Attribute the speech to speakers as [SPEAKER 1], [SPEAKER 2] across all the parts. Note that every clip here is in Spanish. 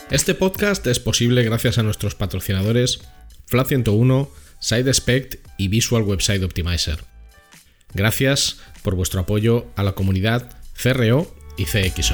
[SPEAKER 1] Este podcast es posible gracias a nuestros patrocinadores Flat 101, SideSpect y Visual Website Optimizer. Gracias por vuestro apoyo a la comunidad CRO y CXO.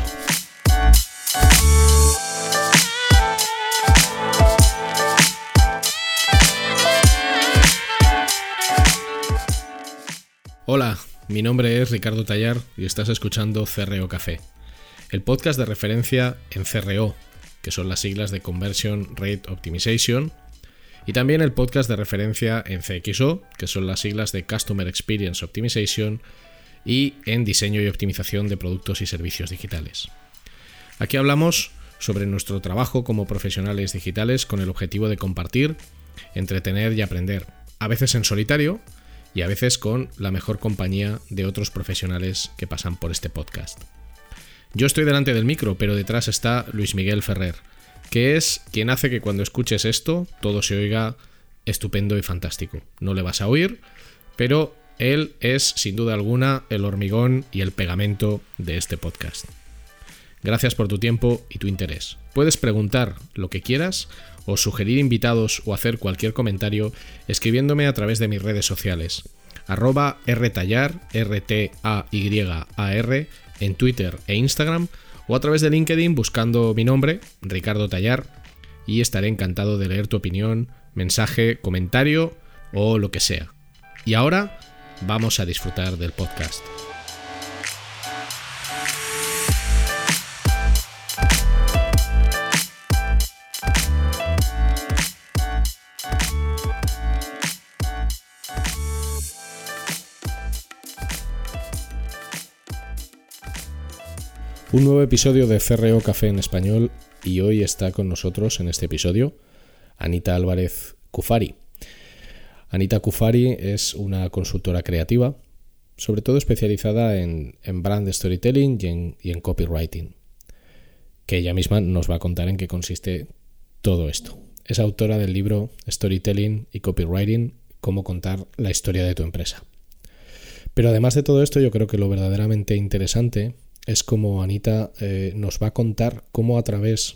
[SPEAKER 1] Hola, mi nombre es Ricardo Tallar y estás escuchando CRO Café, el podcast de referencia en CRO, que son las siglas de Conversion Rate Optimization, y también el podcast de referencia en CXO, que son las siglas de Customer Experience Optimization, y en diseño y optimización de productos y servicios digitales. Aquí hablamos sobre nuestro trabajo como profesionales digitales con el objetivo de compartir, entretener y aprender, a veces en solitario y a veces con la mejor compañía de otros profesionales que pasan por este podcast. Yo estoy delante del micro, pero detrás está Luis Miguel Ferrer, que es quien hace que cuando escuches esto todo se oiga estupendo y fantástico. No le vas a oír, pero él es sin duda alguna el hormigón y el pegamento de este podcast. Gracias por tu tiempo y tu interés. Puedes preguntar lo que quieras o sugerir invitados o hacer cualquier comentario escribiéndome a través de mis redes sociales @rtallar, RTAYAR, en Twitter e Instagram, o a través de LinkedIn buscando mi nombre, Ricardo Tallar, y estaré encantado de leer tu opinión, mensaje, comentario o lo que sea. Y ahora vamos a disfrutar del podcast. Un nuevo episodio de CRO Café en español, y hoy está con nosotros en este episodio Anita Álvarez Cufari. Anita Cufari es una consultora creativa, sobre todo especializada en brand storytelling y en copywriting, que ella misma nos va a contar en qué consiste todo esto. Es autora del libro Storytelling y Copywriting, cómo contar la historia de tu empresa. Pero además de todo esto, yo creo que lo verdaderamente interesante es como Anita nos va a contar cómo a través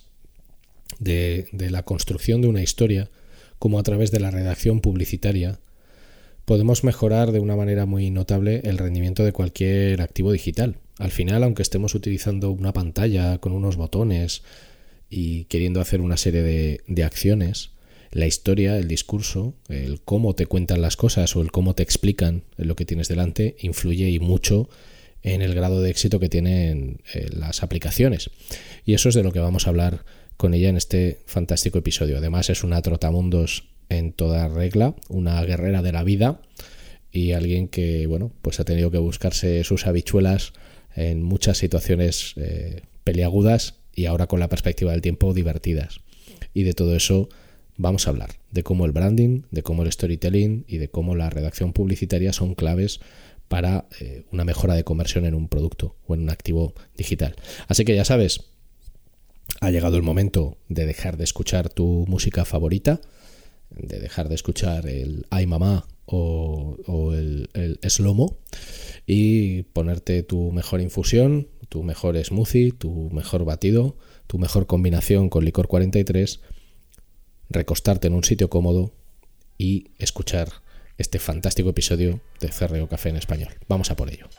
[SPEAKER 1] de la construcción de una historia, cómo a través de la redacción publicitaria, podemos mejorar de una manera muy notable el rendimiento de cualquier activo digital. Al final, aunque estemos utilizando una pantalla con unos botones y queriendo hacer una serie de acciones, la historia, el discurso, el cómo te cuentan las cosas o el cómo te explican lo que tienes delante, influye y mucho en el grado de éxito que tienen las aplicaciones. Y eso es de lo que vamos a hablar con ella en este fantástico episodio. Además, es una trotamundos en toda regla, una guerrera de la vida y alguien que, bueno, pues ha tenido que buscarse sus habichuelas en muchas situaciones peliagudas y ahora, con la perspectiva del tiempo, divertidas. Y de todo eso vamos a hablar, de cómo el branding, de cómo el storytelling y de cómo la redacción publicitaria son claves para una mejora de conversión en un producto o en un activo digital. Así que ya sabes, ha llegado el momento de dejar de escuchar tu música favorita, de dejar de escuchar el Ay Mamá o el Slow-mo y ponerte tu mejor infusión, tu mejor smoothie, tu mejor batido, tu mejor combinación con licor 43, recostarte en un sitio cómodo y escuchar este fantástico episodio de CRO Café en español. Vamos a por ello.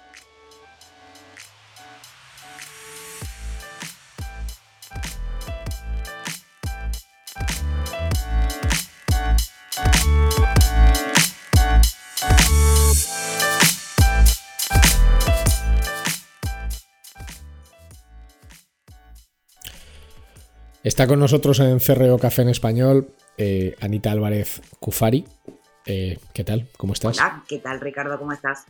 [SPEAKER 1] Está con nosotros en CRO Café en español Anita Álvarez Cufari. ¿Qué tal? ¿Cómo estás?
[SPEAKER 2] Hola, ¿qué tal, Ricardo? ¿Cómo estás?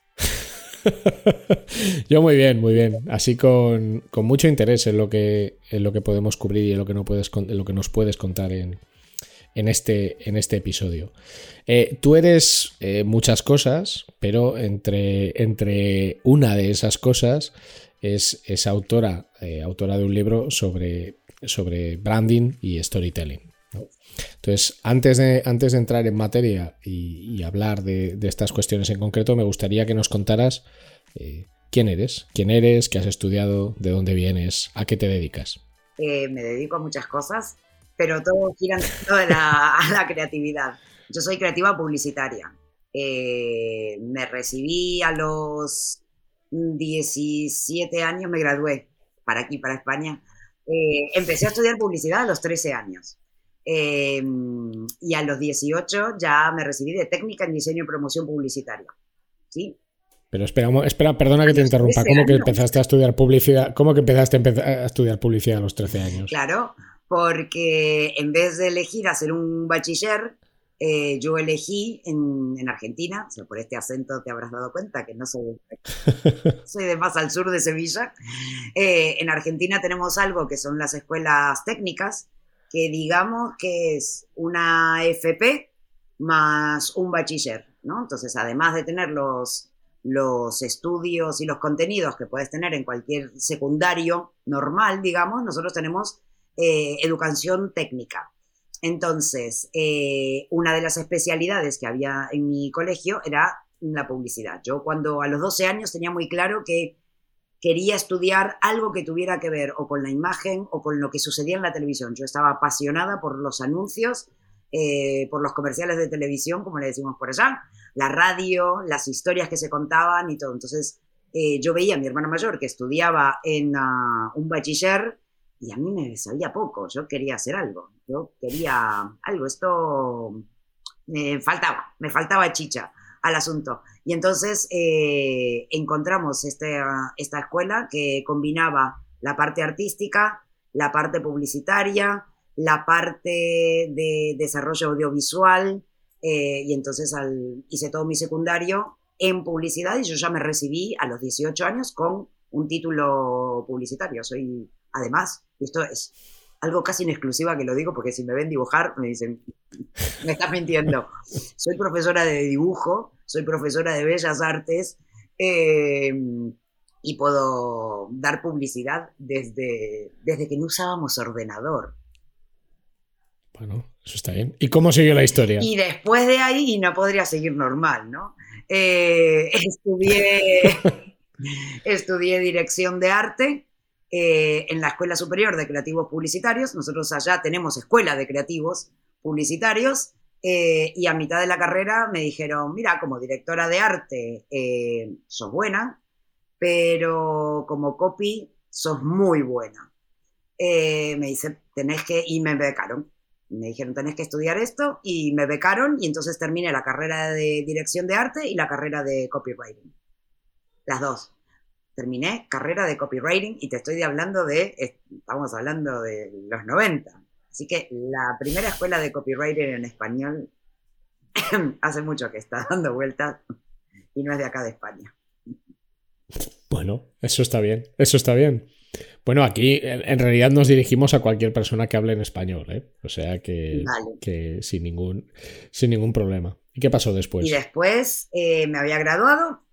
[SPEAKER 1] Yo muy bien, muy bien. Así con mucho interés en lo que podemos cubrir y en lo que nos puedes contar en este episodio. Tú eres muchas cosas, pero entre una de esas cosas es autora de un libro sobre branding y storytelling, ¿no? Entonces, antes de entrar en materia y hablar de estas cuestiones en concreto, me gustaría que nos contaras quién eres, qué has estudiado, de dónde vienes, a qué te dedicas.
[SPEAKER 2] me dedico a muchas cosas, pero todo gira en torno a la creatividad. Yo soy creativa publicitaria. Me recibí a los 17 años, me gradué para aquí, para España. Empecé a estudiar publicidad a los 13 años. Y a los 18 ya me recibí de técnica en diseño y promoción publicitaria. ¿Sí?
[SPEAKER 1] Pero espera, perdona que te interrumpa. ¿Cómo que empezaste a estudiar publicidad? ¿Cómo que empezaste a estudiar publicidad a los 13 años?
[SPEAKER 2] Claro, porque en vez de elegir hacer un bachiller, yo elegí en Argentina, o sea, por este acento te habrás dado cuenta que no soy de más al sur de Sevilla. En Argentina tenemos algo que son las escuelas técnicas, que digamos que es una FP más un bachiller, ¿no? Entonces, además de tener los estudios y los contenidos que puedes tener en cualquier secundario normal, digamos, nosotros tenemos educación técnica. Entonces, una de las especialidades que había en mi colegio era la publicidad. Yo cuando a los 12 años tenía muy claro que quería estudiar algo que tuviera que ver o con la imagen o con lo que sucedía en la televisión. Yo estaba apasionada por los anuncios, por los comerciales de televisión, como le decimos por allá, la radio, las historias que se contaban y todo. Entonces, yo veía a mi hermano mayor que estudiaba en un bachiller y a mí me sabía poco. Yo quería hacer algo. Yo quería algo. Esto me faltaba chicha al asunto. Y entonces encontramos esta escuela que combinaba la parte artística, la parte publicitaria, la parte de desarrollo audiovisual, y entonces hice todo mi secundario en publicidad y yo ya me recibí a los 18 años con un título publicitario. Soy, además, esto es algo casi en exclusiva que lo digo porque si me ven dibujar me dicen, me estás mintiendo. Soy profesora de dibujo, soy profesora de bellas artes y puedo dar publicidad desde que no usábamos ordenador.
[SPEAKER 1] Bueno, eso está bien. ¿Y cómo siguió la historia?
[SPEAKER 2] Y después de ahí no podría seguir normal, ¿no? Estudié dirección de arte en la Escuela Superior de Creativos Publicitarios. Nosotros allá tenemos escuela de creativos publicitarios y a mitad de la carrera me dijeron, mira, como directora de arte sos buena, pero como copy sos muy buena. Me dice, y me becaron. Me dijeron, tenés que estudiar esto y me becaron y entonces terminé la carrera de dirección de arte y la carrera de copywriting. Las dos. Terminé carrera de copywriting y te estoy estamos hablando de los 90. Así que la primera escuela de copywriting en español hace mucho que está dando vueltas y no es de acá de España.
[SPEAKER 1] Bueno, eso está bien, eso está bien. Bueno, aquí en realidad nos dirigimos a cualquier persona que hable en español, ¿eh? O sea que,
[SPEAKER 2] vale.
[SPEAKER 1] que sin ningún problema. ¿Y qué pasó después?
[SPEAKER 2] Y después me había graduado.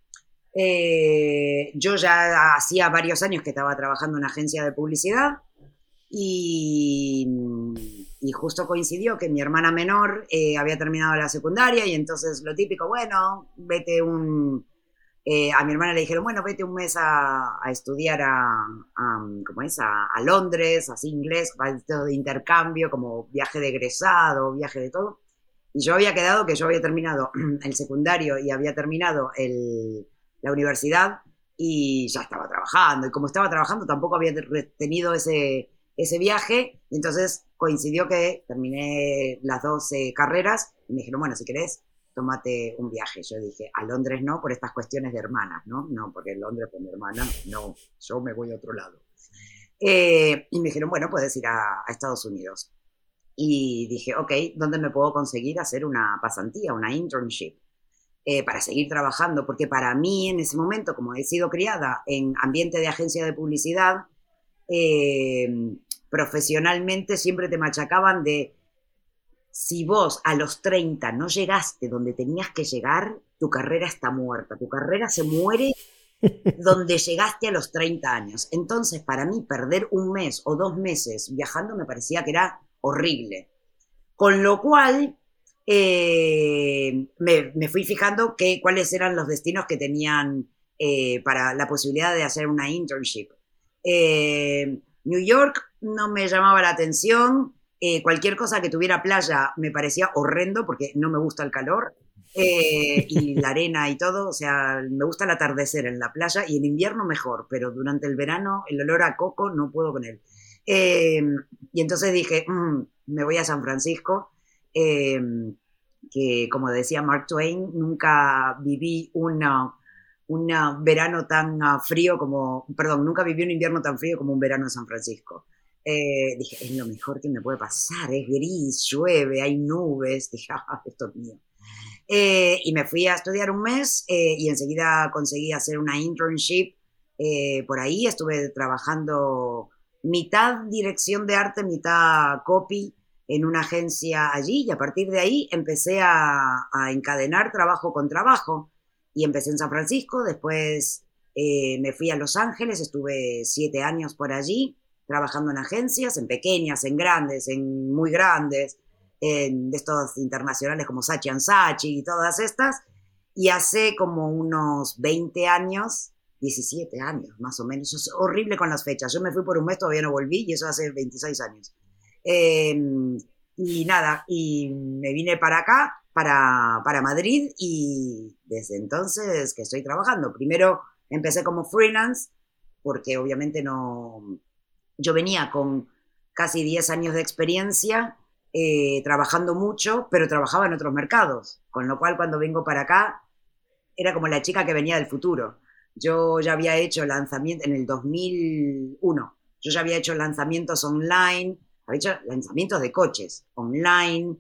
[SPEAKER 2] Yo ya hacía varios años que estaba trabajando en una agencia de publicidad y justo coincidió que mi hermana menor había terminado la secundaria y entonces lo típico, bueno, vete a mi hermana le dijeron, bueno, vete un mes a estudiar ¿cómo es? A Londres, así inglés, todo de intercambio, como viaje de egresado, viaje de todo. Y yo había quedado que yo había terminado el secundario y había terminado la universidad y ya estaba trabajando. Y como estaba trabajando tampoco había tenido ese viaje. Y entonces coincidió que terminé las dos carreras y me dijeron, bueno, si querés, tómate un viaje. Yo dije, a Londres no, por estas cuestiones de hermanas, ¿no? No, porque en Londres con mi hermana, no, yo me voy a otro lado. Y me dijeron, bueno, puedes ir a Estados Unidos. Y dije, ok, ¿dónde me puedo conseguir hacer una pasantía, una internship? Para seguir trabajando, porque para mí en ese momento, como he sido criada en ambiente de agencia de publicidad, profesionalmente siempre te machacaban de si vos a los 30 no llegaste donde tenías que llegar, tu carrera está muerta, tu carrera se muere donde llegaste a los 30 años. Entonces, para mí, perder un mes o 2 meses viajando me parecía que era horrible. Con lo cual, me fui fijando cuáles eran los destinos que tenían para la posibilidad de hacer una internship. New York no me llamaba la atención. Cualquier cosa que tuviera playa me parecía horrendo porque no me gusta el calor. Y la arena y todo, o sea, me gusta el atardecer en la playa y en invierno mejor, pero durante el verano el olor a coco no puedo con él. Y entonces dije, me voy a San Francisco, que como decía Mark Twain, nunca viví un verano tan frío como, perdón, nunca viví un invierno tan frío como un verano en San Francisco. Dije, es lo mejor que me puede pasar, es gris, llueve, hay nubes, dije, esto es mío. Y me fui a estudiar un mes y enseguida conseguí hacer una internship por ahí. Estuve trabajando mitad dirección de arte, mitad copy en una agencia allí y a partir de ahí empecé a encadenar trabajo con trabajo y empecé en San Francisco, después me fui a Los Ángeles, estuve 7 años por allí trabajando en agencias, en pequeñas, en grandes, en muy grandes, de estos internacionales como Saatchi & Saatchi y todas estas, y hace como unos 20 años, 17 años más o menos, es horrible con las fechas, yo me fui por un mes, todavía no volví, y eso hace 26 años. Y nada, y me vine para acá, para Madrid, y desde entonces que estoy trabajando. Primero empecé como freelance, porque obviamente no... Yo venía con casi 10 años de experiencia, trabajando mucho, pero trabajaba en otros mercados, con lo cual cuando vengo para acá era como la chica que venía del futuro. Yo ya había hecho lanzamiento en el 2001, yo ya había hecho lanzamientos online, había hecho lanzamientos de coches online,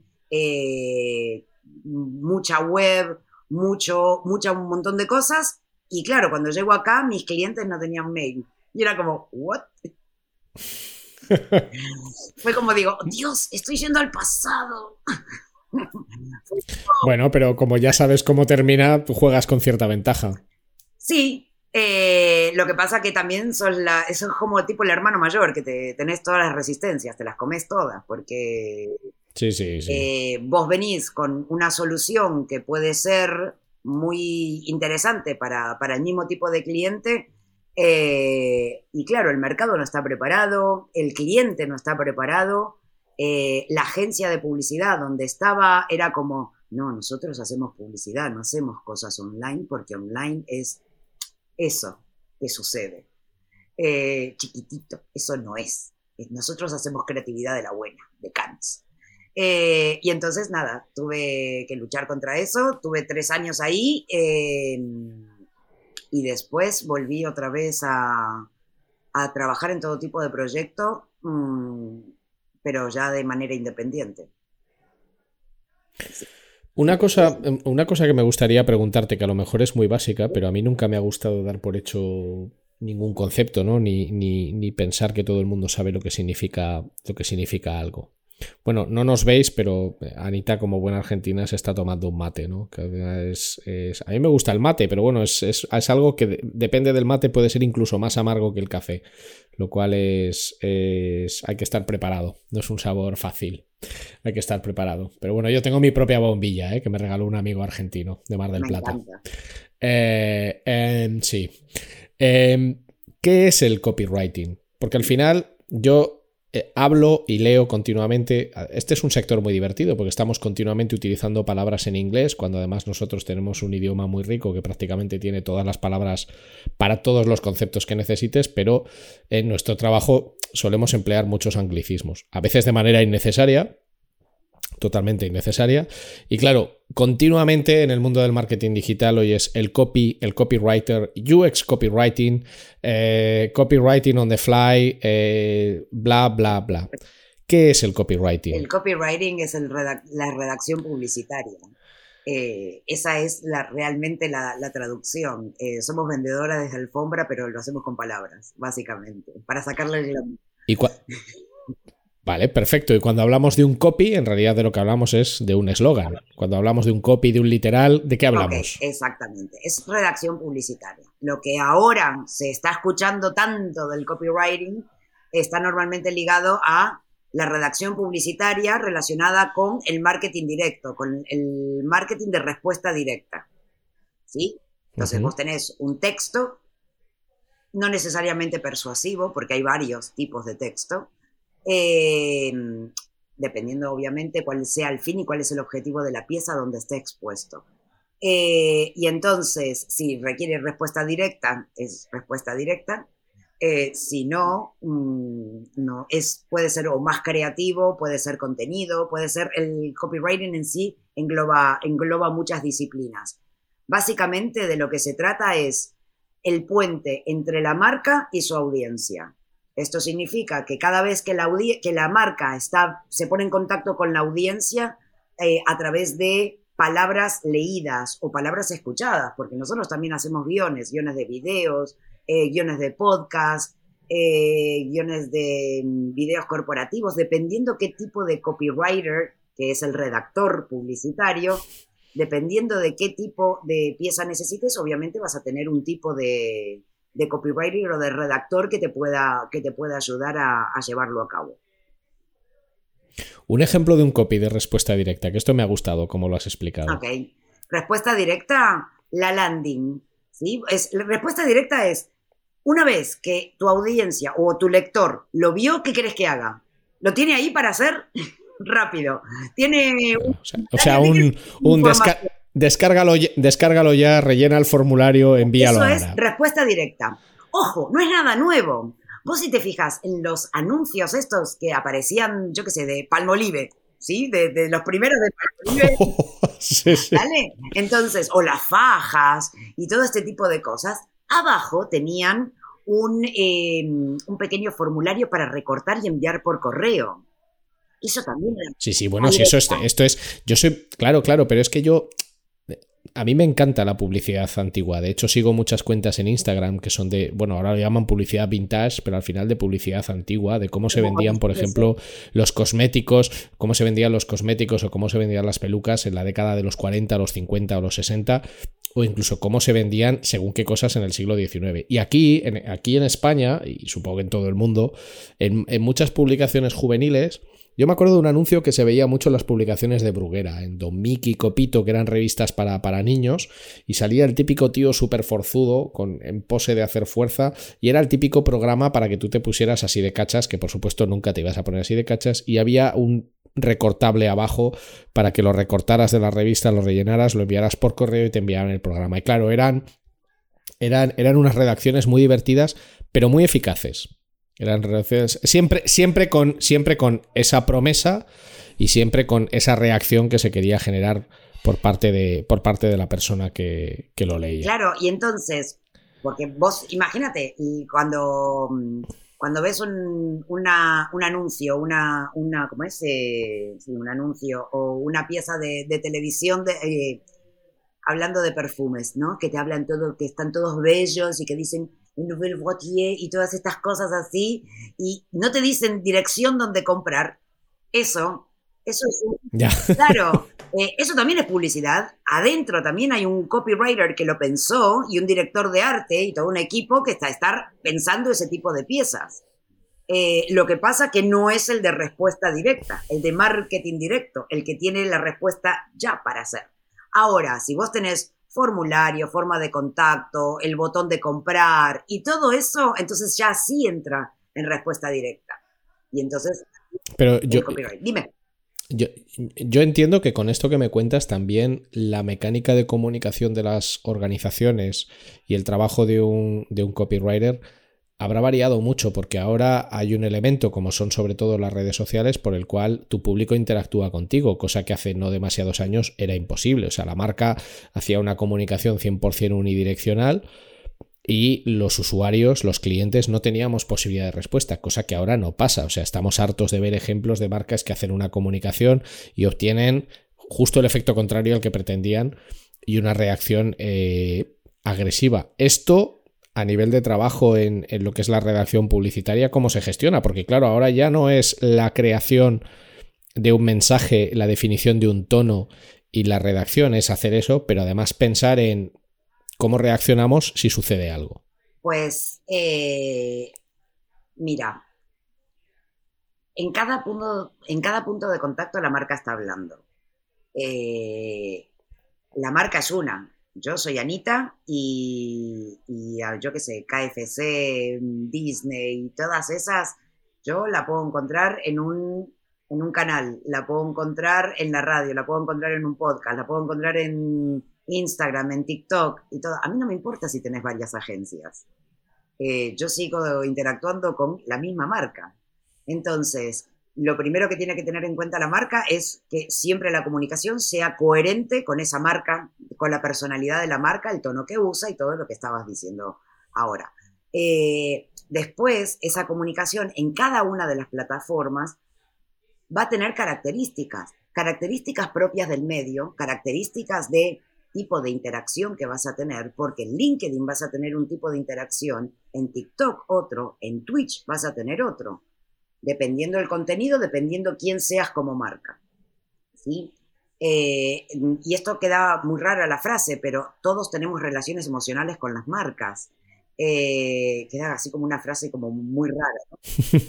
[SPEAKER 2] mucha web, un montón de cosas, y claro, cuando llego acá mis clientes no tenían mail, y era como, ¿what? Fue como digo, Dios, estoy yendo al pasado.
[SPEAKER 1] Bueno, pero como ya sabes cómo termina, tú juegas con cierta ventaja.
[SPEAKER 2] Sí, lo que pasa que también sos como tipo el hermano mayor, que tenés todas las resistencias, te las comes todas, porque
[SPEAKER 1] sí.
[SPEAKER 2] Vos venís con una solución que puede ser muy interesante para el mismo tipo de cliente, y claro, el mercado no está preparado, el cliente no está preparado, la agencia de publicidad donde estaba era como, no, nosotros hacemos publicidad, no hacemos cosas online porque online es eso que sucede, chiquitito, eso no es. Nosotros hacemos creatividad de la buena, de Cannes. Y entonces nada, tuve que luchar contra eso, tuve 3 años ahí, y después volví otra vez a trabajar en todo tipo de proyectos, pero ya de manera independiente. Sí.
[SPEAKER 1] Una cosa que me gustaría preguntarte, que a lo mejor es muy básica, pero a mí nunca me ha gustado dar por hecho ningún concepto, ¿no? Ni pensar que todo el mundo sabe lo que significa algo. Bueno, no nos veis, pero Anita, como buena argentina, se está tomando un mate, ¿no? A mí me gusta el mate, pero bueno, es algo que depende del mate, puede ser incluso más amargo que el café, lo cual hay que estar preparado, no es un sabor fácil, hay que estar preparado. Pero bueno, yo tengo mi propia bombilla, que me regaló un amigo argentino de Mar del Plata. Sí. ¿Qué es el copywriting? Porque al final yo hablo y leo continuamente. Este es un sector muy divertido porque estamos continuamente utilizando palabras en inglés, cuando además nosotros tenemos un idioma muy rico que prácticamente tiene todas las palabras para todos los conceptos que necesites, pero en nuestro trabajo solemos emplear muchos anglicismos, a veces de manera innecesaria, totalmente innecesaria. Y claro, continuamente en el mundo del marketing digital hoy es el copywriter, UX copywriting, copywriting on the fly, bla, bla, bla. ¿Qué es el copywriting?
[SPEAKER 2] El copywriting es la redacción publicitaria. Esa es realmente la traducción. Somos vendedoras de alfombra, pero lo hacemos con palabras, básicamente, para sacarle el glamour.
[SPEAKER 1] Vale, perfecto. Y cuando hablamos de un copy, en realidad de lo que hablamos es de un eslogan. Cuando hablamos de un copy, de un literal, ¿de qué hablamos?
[SPEAKER 2] Okay, exactamente. Es redacción publicitaria. Lo que ahora se está escuchando tanto del copywriting está normalmente ligado a la redacción publicitaria relacionada con el marketing directo, con el marketing de respuesta directa. ¿Sí? Entonces vos tenés un texto no necesariamente persuasivo, porque hay varios tipos de texto, eh, dependiendo obviamente cuál sea el fin y cuál es el objetivo de la pieza donde esté expuesto. Y entonces, si requiere respuesta directa, es respuesta directa. Si no, no puede ser o más creativo, puede ser contenido, puede ser, el copywriting en sí engloba muchas disciplinas. Básicamente de lo que se trata es el puente entre la marca y su audiencia. Esto significa que cada vez que la marca se pone en contacto con la audiencia a través de palabras leídas o palabras escuchadas, porque nosotros también hacemos guiones de videos, guiones de podcast, guiones de videos corporativos, dependiendo qué tipo de copywriter, que es el redactor publicitario, dependiendo de qué tipo de pieza necesites, obviamente vas a tener un tipo de copywriter o de redactor que te pueda ayudar a llevarlo a cabo.
[SPEAKER 1] Un ejemplo de un copy de respuesta directa, que esto me ha gustado, como lo has explicado.
[SPEAKER 2] Ok. Respuesta directa, la landing. ¿Sí? La respuesta directa es, una vez que tu audiencia o tu lector lo vio, ¿qué querés que haga? ¿Lo tiene ahí para hacer? Rápido. Tiene
[SPEAKER 1] descárgalo ya, rellena el formulario, envíalo ahora.
[SPEAKER 2] Eso es respuesta directa. Ojo, no es nada nuevo. Vos si te fijas en los anuncios estos que aparecían, yo qué sé, de Palmolive, ¿sí? De los primeros de Palmolive.
[SPEAKER 1] Sí.
[SPEAKER 2] ¿Vale? Entonces, o las fajas y todo este tipo de cosas, abajo tenían un pequeño formulario para recortar y enviar por correo. Eso también era.
[SPEAKER 1] Sí, bueno, sí, esto es. Yo soy. Claro, pero es que a mí me encanta la publicidad antigua. De hecho, sigo muchas cuentas en Instagram que son de, bueno, ahora lo llaman publicidad vintage, pero al final de publicidad antigua, de cómo se vendían, por ejemplo, los cosméticos, cómo se vendían los cosméticos o cómo se vendían las pelucas en la década de los 40, los 50 o los 60, o incluso cómo se vendían según qué cosas en el siglo XIX. Y aquí en España, y supongo que en todo el mundo, en muchas publicaciones juveniles. Yo me acuerdo de un anuncio que se veía mucho en las publicaciones de Bruguera, en Don Mickey, Copito, que eran revistas para niños, y salía el típico tío súper forzudo, en pose de hacer fuerza, y era el típico programa para que tú te pusieras así de cachas, que por supuesto nunca te ibas a poner así de cachas, y había un recortable abajo para que lo recortaras de la revista, lo rellenaras, lo enviaras por correo y te enviaran el programa. Y claro, eran unas redacciones muy divertidas, pero muy eficaces. Eran relaciones siempre con esa promesa y siempre con esa reacción que se quería generar por parte de la persona que lo leía.
[SPEAKER 2] Claro, y entonces, porque vos imagínate, cuando ves un anuncio, ¿cómo es? Sí, un anuncio o una pieza de televisión hablando de perfumes, ¿no? Que te hablan todo, que están todos bellos y que dicen Nouvelle Vautier y todas estas cosas así, y no te dicen dirección donde comprar. Eso es
[SPEAKER 1] ya.
[SPEAKER 2] Claro, eso también es publicidad. Adentro también hay un copywriter que lo pensó y un director de arte y todo un equipo que está pensando ese tipo de piezas. Lo que pasa que no es el de respuesta directa, el de marketing directo, el que tiene la respuesta ya para hacer. Ahora, si vos tenés formulario, forma de contacto, el botón de comprar y todo eso, entonces ya sí entra en respuesta directa. Y entonces,
[SPEAKER 1] pero
[SPEAKER 2] dime.
[SPEAKER 1] Yo entiendo que con esto que me cuentas también la mecánica de comunicación de las organizaciones y el trabajo de un copywriter habrá variado mucho, porque ahora hay un elemento, como son sobre todo las redes sociales, por el cual tu público interactúa contigo, cosa que hace no demasiados años era imposible. O sea, la marca hacía una comunicación 100% unidireccional y los usuarios, los clientes, no teníamos posibilidad de respuesta, cosa que ahora no pasa. O sea, estamos hartos de ver ejemplos de marcas que hacen una comunicación y obtienen justo el efecto contrario al que pretendían y una reacción agresiva. Esto a nivel de trabajo en lo que es la redacción publicitaria, ¿cómo se gestiona? Porque claro, ahora ya no es la creación de un mensaje, la definición de un tono y la redacción es hacer eso, pero además pensar en cómo reaccionamos si sucede algo.
[SPEAKER 2] Pues, mira, en cada punto de contacto la marca está hablando. La marca es una. yo soy Anita yo qué sé, KFC, Disney, todas esas, yo la puedo encontrar en un canal, la puedo encontrar en la radio, la puedo encontrar en un podcast, la puedo encontrar en Instagram, en TikTok y todo. A mí no me importa si tenés varias agencias. Yo sigo interactuando con la misma marca. Entonces, lo primero que tiene que tener en cuenta la marca es que siempre la comunicación sea coherente con esa marca, con la personalidad de la marca, el tono que usa y todo lo que estabas diciendo ahora. Después, esa comunicación en cada una de las plataformas va a tener características propias del medio, características de tipo de interacción que vas a tener, porque en LinkedIn vas a tener un tipo de interacción, en TikTok otro, en Twitch vas a tener otro, dependiendo del contenido, dependiendo quién seas como marca, ¿sí? Y esto queda muy rara la frase, pero todos tenemos relaciones emocionales con las marcas. Queda así como una frase como muy rara, ¿no?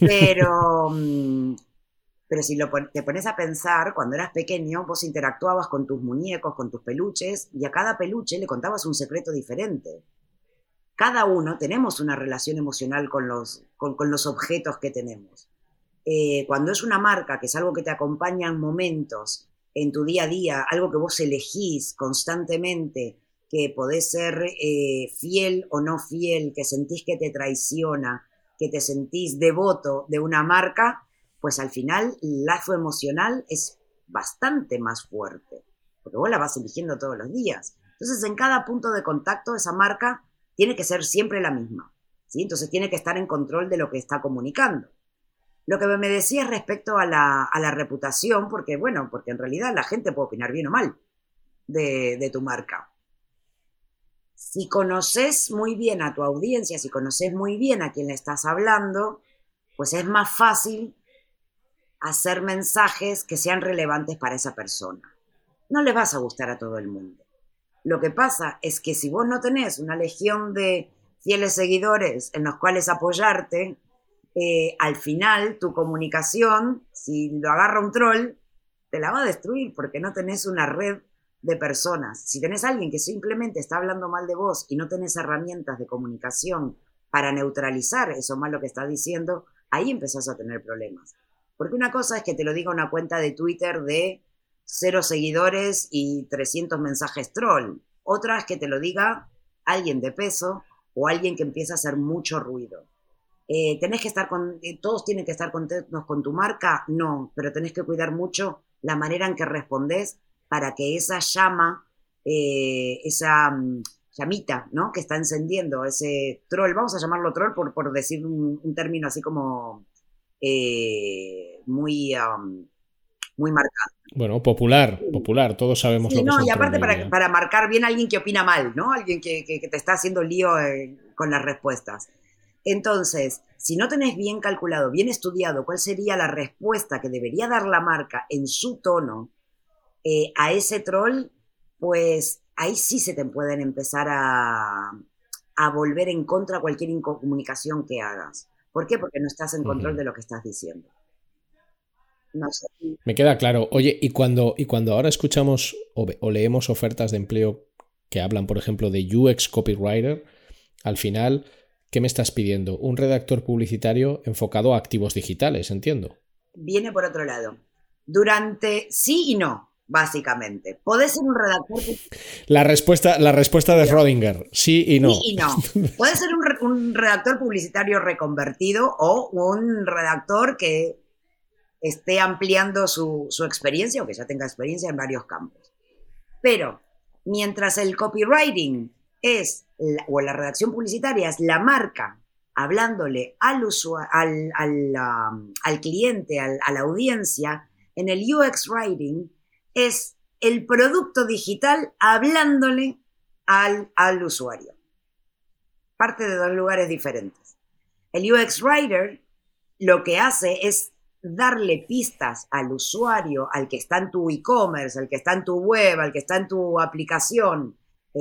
[SPEAKER 2] Pero si te pones a pensar, cuando eras pequeño, vos interactuabas con tus muñecos, con tus peluches, y a cada peluche le contabas un secreto diferente. Cada uno tenemos una relación emocional con los objetos que tenemos. Cuando es una marca, que es algo que te acompaña en momentos, en tu día a día, algo que vos elegís constantemente, que podés ser fiel o no fiel, que sentís que te traiciona, que te sentís devoto de una marca, pues al final el lazo emocional es bastante más fuerte, porque vos la vas eligiendo todos los días. Entonces, en cada punto de contacto, esa marca tiene que ser siempre la misma, ¿sí? Entonces tiene que estar en control de lo que está comunicando. Lo que me decías respecto a la reputación, porque en realidad la gente puede opinar bien o mal de tu marca. Si conoces muy bien a tu audiencia, si conoces muy bien a quién le estás hablando, pues es más fácil hacer mensajes que sean relevantes para esa persona. No le vas a gustar a todo el mundo. Lo que pasa es que si vos no tenés una legión de fieles seguidores en los cuales apoyarte, al final tu comunicación, si lo agarra un troll, te la va a destruir porque no tenés una red de personas. Si tenés a alguien que simplemente está hablando mal de vos y no tenés herramientas de comunicación para neutralizar eso malo que está diciendo, ahí empezás a tener problemas. Porque una cosa es que te lo diga una cuenta de Twitter de 0 seguidores y 300 mensajes troll. Otra es que te lo diga alguien de peso o alguien que empieza a hacer mucho ruido. Todos tienen que estar contentos con tu marca, no, pero tenés que cuidar mucho la manera en que respondés para que esa llama, llamita, ¿no? Que está encendiendo, ese troll, vamos a llamarlo troll por decir un término así como muy marcado.
[SPEAKER 1] Bueno, popular, todos sabemos
[SPEAKER 2] Sí,
[SPEAKER 1] lo que
[SPEAKER 2] no,
[SPEAKER 1] es un
[SPEAKER 2] y aparte
[SPEAKER 1] troll.
[SPEAKER 2] para marcar bien a alguien que opina mal, ¿no? Alguien que te está haciendo lío con las respuestas. Entonces, si no tenés bien calculado, bien estudiado cuál sería la respuesta que debería dar la marca en su tono a ese troll, pues ahí sí se te pueden empezar a volver en contra cualquier incomunicación que hagas. ¿Por qué? Porque no estás en control de lo que estás diciendo. No sé.
[SPEAKER 1] Me queda claro. Oye, y cuando ahora escuchamos o leemos ofertas de empleo que hablan, por ejemplo, de UX copywriter, al final, ¿qué me estás pidiendo? Un redactor publicitario enfocado a activos digitales, entiendo.
[SPEAKER 2] Viene por otro lado. Sí y no, básicamente. Podés ser un redactor.
[SPEAKER 1] La respuesta de Schrödinger, sí y no.
[SPEAKER 2] Sí y no. Podés ser un redactor publicitario reconvertido o un redactor que esté ampliando su experiencia o que ya tenga experiencia en varios campos. Pero mientras el copywriting o la redacción publicitaria es la marca hablándole al cliente, a la audiencia, en el UX writing es el producto digital hablándole al usuario. Parte de dos lugares diferentes. El UX writer lo que hace es darle pistas al usuario, al que está en tu e-commerce, al que está en tu web, al que está en tu aplicación,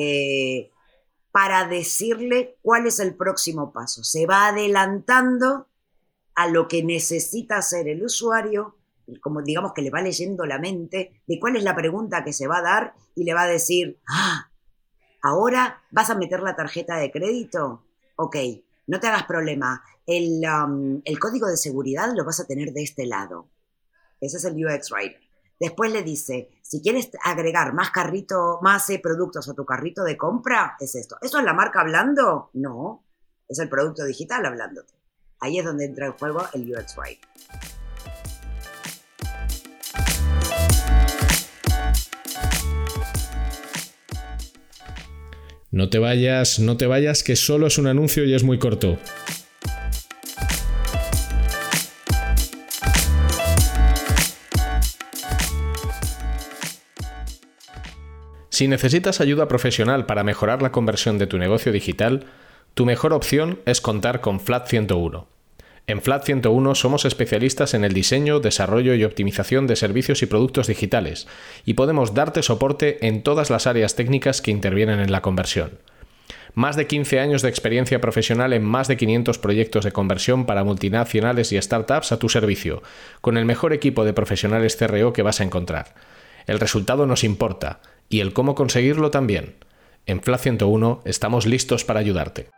[SPEAKER 2] para decirle cuál es el próximo paso. Se va adelantando a lo que necesita hacer el usuario, como digamos que le va leyendo la mente de cuál es la pregunta que se va a dar y le va a decir, Ahora vas a meter la tarjeta de crédito. Ok, no te hagas problema. El código de seguridad lo vas a tener de este lado. Ese es el UX Writer. Después le dice, si quieres agregar más productos a tu carrito de compra, es esto. ¿Eso es la marca hablando? No, es el producto digital hablándote. Ahí es donde entra en juego el UX Writer.
[SPEAKER 1] No te vayas, que solo es un anuncio y es muy corto. Si necesitas ayuda profesional para mejorar la conversión de tu negocio digital, tu mejor opción es contar con Flat 101. En Flat 101 somos especialistas en el diseño, desarrollo y optimización de servicios y productos digitales y podemos darte soporte en todas las áreas técnicas que intervienen en la conversión. Más de 15 años de experiencia profesional en más de 500 proyectos de conversión para multinacionales y startups a tu servicio, con el mejor equipo de profesionales CRO que vas a encontrar. El resultado nos importa y el cómo conseguirlo también. En Flat 101 estamos listos para ayudarte.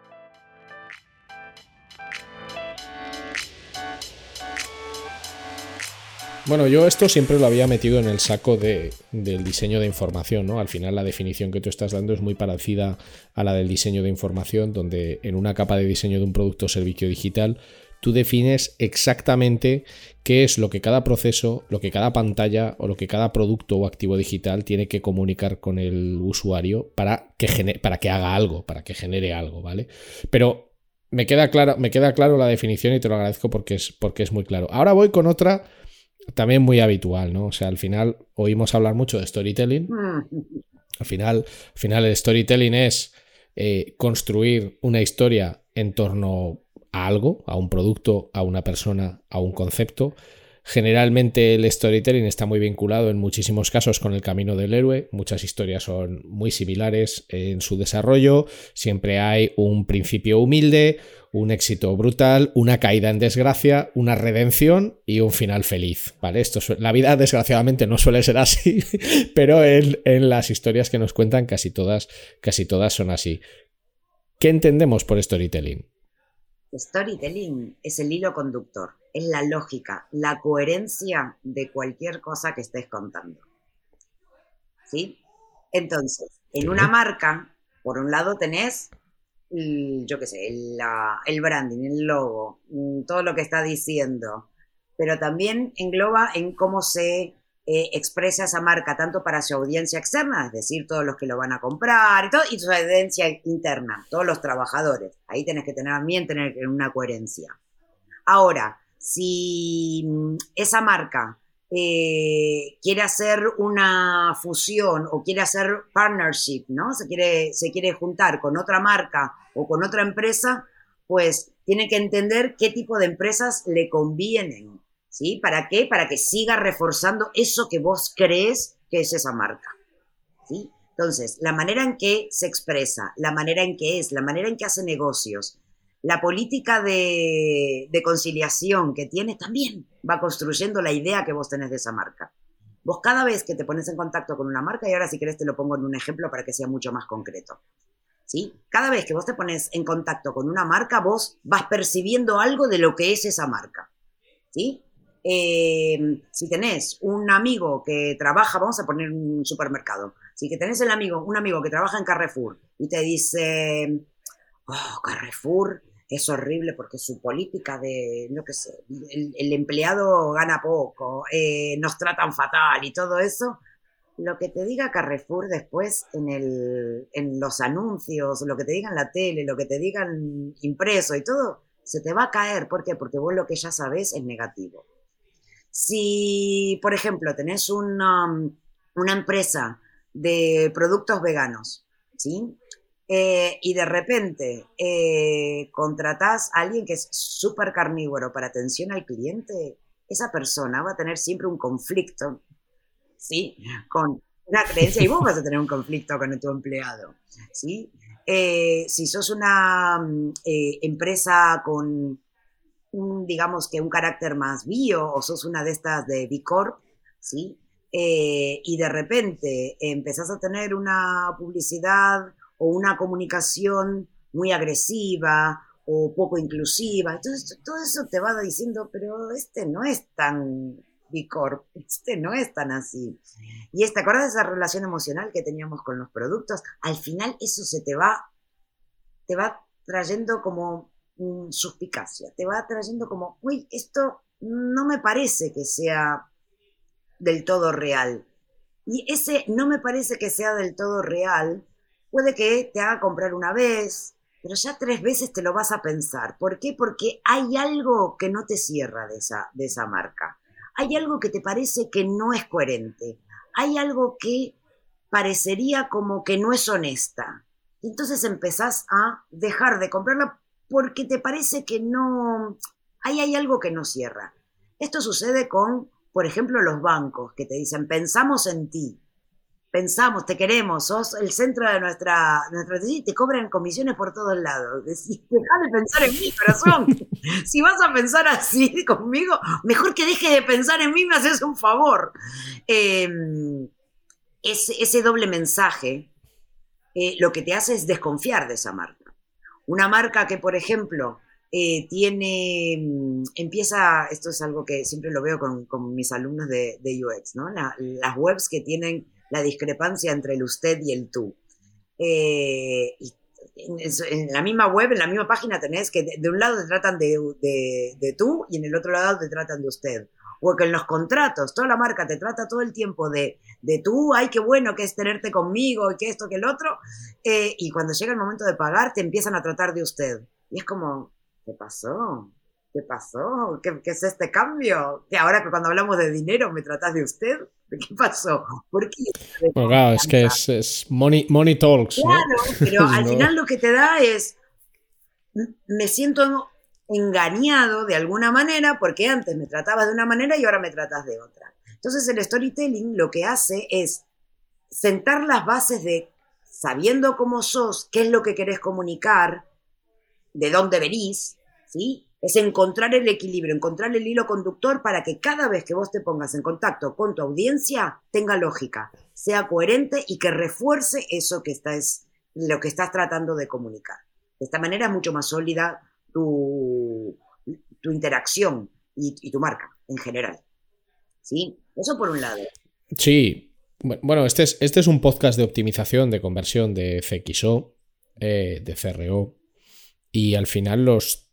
[SPEAKER 1] Bueno, yo esto siempre lo había metido en el saco del diseño de información, ¿no? Al final la definición que tú estás dando es muy parecida a la del diseño de información, donde en una capa de diseño de un producto o servicio digital tú defines exactamente qué es lo que cada proceso, lo que cada pantalla o lo que cada producto o activo digital tiene que comunicar con el usuario para que haga algo, para que genere algo, ¿vale? Pero me queda claro la definición y te lo agradezco porque es muy claro. Ahora voy con otra también muy habitual, ¿no? O sea, al final oímos hablar mucho de storytelling. Al final el storytelling es construir una historia en torno a algo, a un producto, a una persona, a un concepto. Generalmente el storytelling está muy vinculado en muchísimos casos con el camino del héroe. Muchas historias son muy similares en su desarrollo. Siempre hay un principio humilde, un éxito brutal, una caída en desgracia, una redención y un final feliz, ¿vale? La vida desgraciadamente no suele ser así, pero en las historias que nos cuentan casi todas son así. ¿Qué entendemos por storytelling?
[SPEAKER 2] Storytelling es el hilo conductor, es la lógica, la coherencia de cualquier cosa que estés contando. ¿Sí? Entonces, en una marca, por un lado tenés, yo qué sé, el branding, el logo, todo lo que está diciendo, pero también engloba en cómo se expresa esa marca, tanto para su audiencia externa, es decir, todos los que lo van a comprar y todo, y su audiencia interna, todos los trabajadores. Ahí tenés que tener una coherencia. Ahora, si esa marca quiere hacer una fusión o quiere hacer partnership, ¿no? Se quiere juntar con otra marca o con otra empresa, pues tiene que entender qué tipo de empresas le convienen, ¿sí? ¿Para qué? Para que siga reforzando eso que vos crees que es esa marca, ¿sí? Entonces, la manera en que se expresa, la manera en que la manera en que hace negocios, la política de conciliación que tiene también va construyendo la idea que vos tenés de esa marca. Vos cada vez que te pones en contacto con una marca, y ahora si querés te lo pongo en un ejemplo para que sea mucho más concreto, ¿sí? Cada vez que vos te pones en contacto con una marca, vos vas percibiendo algo de lo que es esa marca, ¿sí? Si tenés un amigo que trabaja, vamos a poner un supermercado, si que tenés un amigo que trabaja en Carrefour y te dice, oh, Carrefour es horrible porque su política de, no qué sé, el empleado gana poco, nos tratan fatal y todo eso, lo que te diga Carrefour después en los anuncios, lo que te diga en la tele, lo que te digan impreso y todo, se te va a caer. ¿Por qué? Porque vos lo que ya sabés es negativo. Si, por ejemplo, tenés una empresa de productos veganos, ¿sí? Y de repente contratás a alguien que es súper carnívoro para atención al cliente, esa persona va a tener siempre un conflicto, ¿sí? Con una creencia, y vos vas a tener un conflicto con tu empleado, ¿sí? Si sos una empresa con digamos que un carácter más bio, o sos una de estas de B Corp, ¿sí? y de repente empezás a tener una publicidad o una comunicación muy agresiva o poco inclusiva. Entonces todo eso te va diciendo, pero este no es tan B Corp, este no es tan así. Y ¿te acuerdas de esa relación emocional que teníamos con los productos? Al final eso te va trayendo como suspicacia, te va trayendo como, uy, esto no me parece que sea del todo real. Y ese no me parece que sea del todo real, puede que te haga comprar una vez, pero ya 3 veces te lo vas a pensar. ¿Por qué? Porque hay algo que no te cierra de esa marca. Hay algo que te parece que no es coherente. Hay algo que parecería como que no es honesta. Y entonces empezás a dejar de comprarla porque te parece que no... Ahí hay algo que no cierra. Esto sucede con, por ejemplo, los bancos que te dicen, pensamos en ti, pensamos, te queremos, sos el centro de nuestra y te cobran comisiones por todos lados. Decís, dejá de pensar en mí, corazón. Si vas a pensar así conmigo, mejor que dejes de pensar en mí, me haces un favor. Ese doble mensaje lo que te hace es desconfiar de esa marca. Una marca que, por ejemplo, empieza, esto es algo que siempre lo veo con mis alumnos de UX, ¿no? Las webs que tienen la discrepancia entre el usted y el tú. Y en la misma web, en la misma página tenés que de un lado te tratan de tú y en el otro lado te tratan de usted. O que en los contratos, toda la marca te trata todo el tiempo de tú, ay, qué bueno que es tenerte conmigo, y que esto, que el otro, y cuando llega el momento de pagar te empiezan a tratar de usted. Y es como, ¿qué pasó? ¿Qué pasó? ¿Qué es este cambio? Que ahora que cuando hablamos de dinero me tratás de usted. ¿Qué pasó? ¿Por qué?
[SPEAKER 1] Bueno, claro, es que es money talks, ¿no?
[SPEAKER 2] Claro, pero al
[SPEAKER 1] No.
[SPEAKER 2] final lo que te da es, me siento engañado de alguna manera porque antes me tratabas de una manera y ahora me tratas de otra. Entonces el storytelling lo que hace es sentar las bases de, sabiendo cómo sos, qué es lo que querés comunicar, de dónde venís, ¿sí? Es encontrar el equilibrio, encontrar el hilo conductor para que cada vez que vos te pongas en contacto con tu audiencia tenga lógica, sea coherente y que refuerce eso que lo que estás tratando de comunicar. De esta manera es mucho más sólida tu interacción y tu marca en general. ¿Sí? Eso por un lado.
[SPEAKER 1] Sí. Bueno, este es un podcast de optimización, de conversión, de CXO, de CRO. Y al final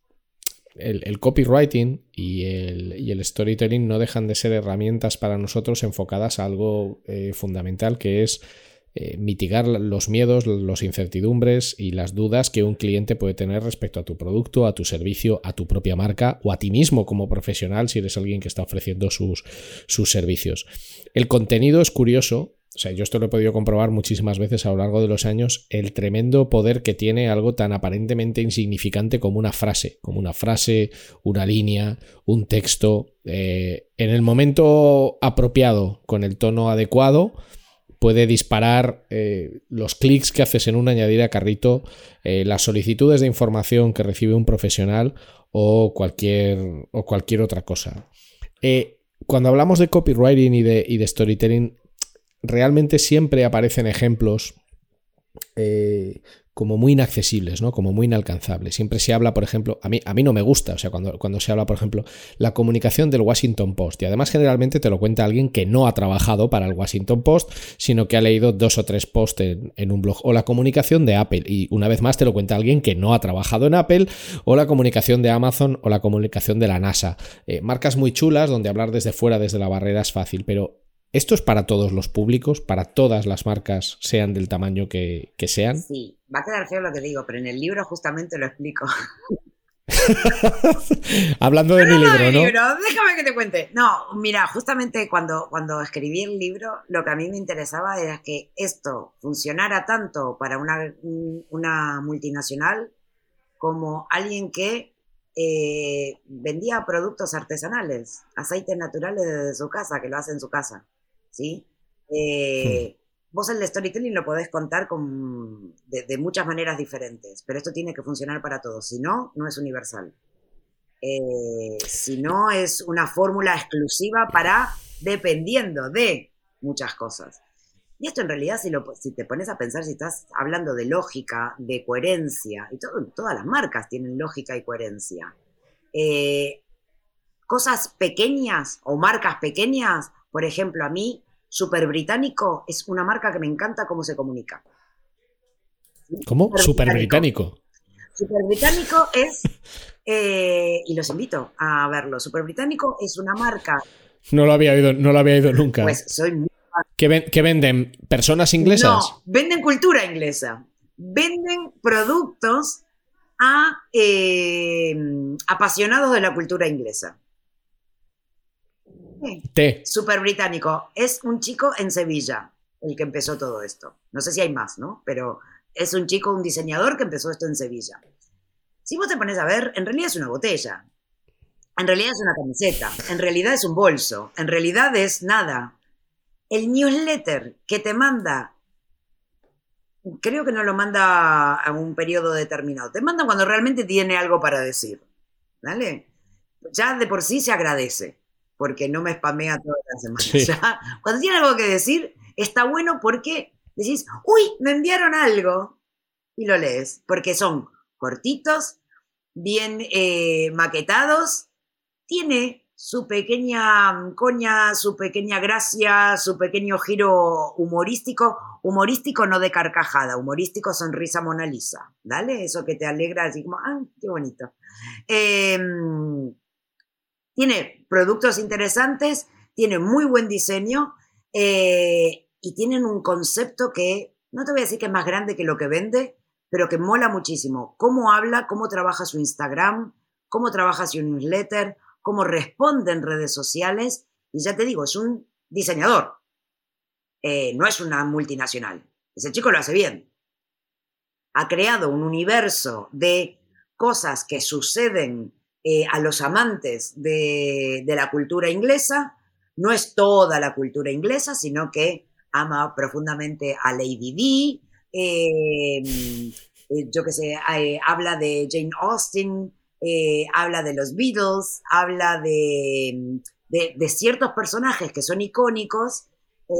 [SPEAKER 1] el copywriting y el storytelling no dejan de ser herramientas para nosotros enfocadas a algo fundamental, que es mitigar los miedos, las incertidumbres y las dudas que un cliente puede tener respecto a tu producto, a tu servicio, a tu propia marca o a ti mismo como profesional si eres alguien que está ofreciendo sus servicios. El contenido es curioso. O sea, yo esto lo he podido comprobar muchísimas veces a lo largo de los años, el tremendo poder que tiene algo tan aparentemente insignificante como una frase, una línea, un texto. En el momento apropiado, con el tono adecuado, puede disparar los clics que haces en un añadir a carrito, las solicitudes de información que recibe un profesional o cualquier otra cosa. Cuando hablamos de copywriting y de storytelling, realmente siempre aparecen ejemplos como muy inaccesibles, ¿no? Como muy inalcanzables. Siempre se habla, por ejemplo, a mí no me gusta, o sea, cuando se habla, por ejemplo, la comunicación del Washington Post, y además generalmente te lo cuenta alguien que no ha trabajado para el Washington Post, sino que ha leído 2 o 3 posts en un blog, o la comunicación de Apple, y una vez más te lo cuenta alguien que no ha trabajado en Apple, o la comunicación de Amazon, o la comunicación de la NASA. Marcas muy chulas donde hablar desde fuera, desde la barrera es fácil, pero ¿esto es para todos los públicos, para todas las marcas, sean del tamaño que sean?
[SPEAKER 2] Sí, va a quedar feo lo que digo, pero en el libro justamente lo explico.
[SPEAKER 1] Hablando de mi libro, ¿no?
[SPEAKER 2] Déjame que te cuente. No, mira, justamente cuando escribí el libro, lo que a mí me interesaba era que esto funcionara tanto para una multinacional como alguien que vendía productos artesanales, aceites naturales desde su casa, que lo hace en su casa, ¿sí? Vos el storytelling lo podés contar de muchas maneras diferentes, pero esto tiene que funcionar para todos, si no, no es universal. Si no, es una fórmula exclusiva para, dependiendo de muchas cosas. Y esto en realidad, si te pones a pensar, si estás hablando de lógica, de coherencia, y todas las marcas tienen lógica y coherencia. Cosas pequeñas o marcas pequeñas, por ejemplo, a mí, Super Británico es una marca que me encanta cómo se comunica.
[SPEAKER 1] ¿Cómo? Super Británico.
[SPEAKER 2] Super Británico es, y los invito a verlo, Super Británico es una marca.
[SPEAKER 1] No lo había oído nunca.
[SPEAKER 2] Pues soy muy...
[SPEAKER 1] ¿Qué venden? ¿Personas inglesas?
[SPEAKER 2] No, venden cultura inglesa. Venden productos a apasionados de la cultura inglesa.
[SPEAKER 1] Té.
[SPEAKER 2] Super Británico. Es un chico en Sevilla el que empezó todo esto. No sé si hay más, ¿no? Pero es un chico, un diseñador que empezó esto en Sevilla. Si vos te pones a ver, en realidad es una botella. En realidad es una camiseta. En realidad es un bolso. En realidad es nada. El newsletter que te manda, creo que no lo manda a un periodo determinado. Te manda cuando realmente tiene algo para decir. ¿Vale? Ya de por sí se agradece, porque no me spamea todas las semanas.
[SPEAKER 1] Sí.
[SPEAKER 2] Ya, cuando tiene algo que decir, está bueno porque decís, uy, me enviaron algo, y lo lees, porque son cortitos, bien maquetados, tiene su pequeña coña, su pequeña gracia, su pequeño giro humorístico no de carcajada, humorístico sonrisa Mona Lisa, ¿dale? Eso que te alegra así como, ¡ah, qué bonito! Tiene productos interesantes, tiene muy buen diseño y tienen un concepto que, no te voy a decir que es más grande que lo que vende, pero que mola muchísimo. Cómo habla, cómo trabaja su Instagram, cómo trabaja su newsletter, cómo responde en redes sociales. Y ya te digo, es un diseñador, no es una multinacional. Ese chico lo hace bien. Ha creado un universo de cosas que suceden a los amantes de la cultura inglesa. No es toda la cultura inglesa, sino que ama profundamente a Lady Di, yo qué sé, habla de Jane Austen, habla de los Beatles, habla de ciertos personajes que son icónicos,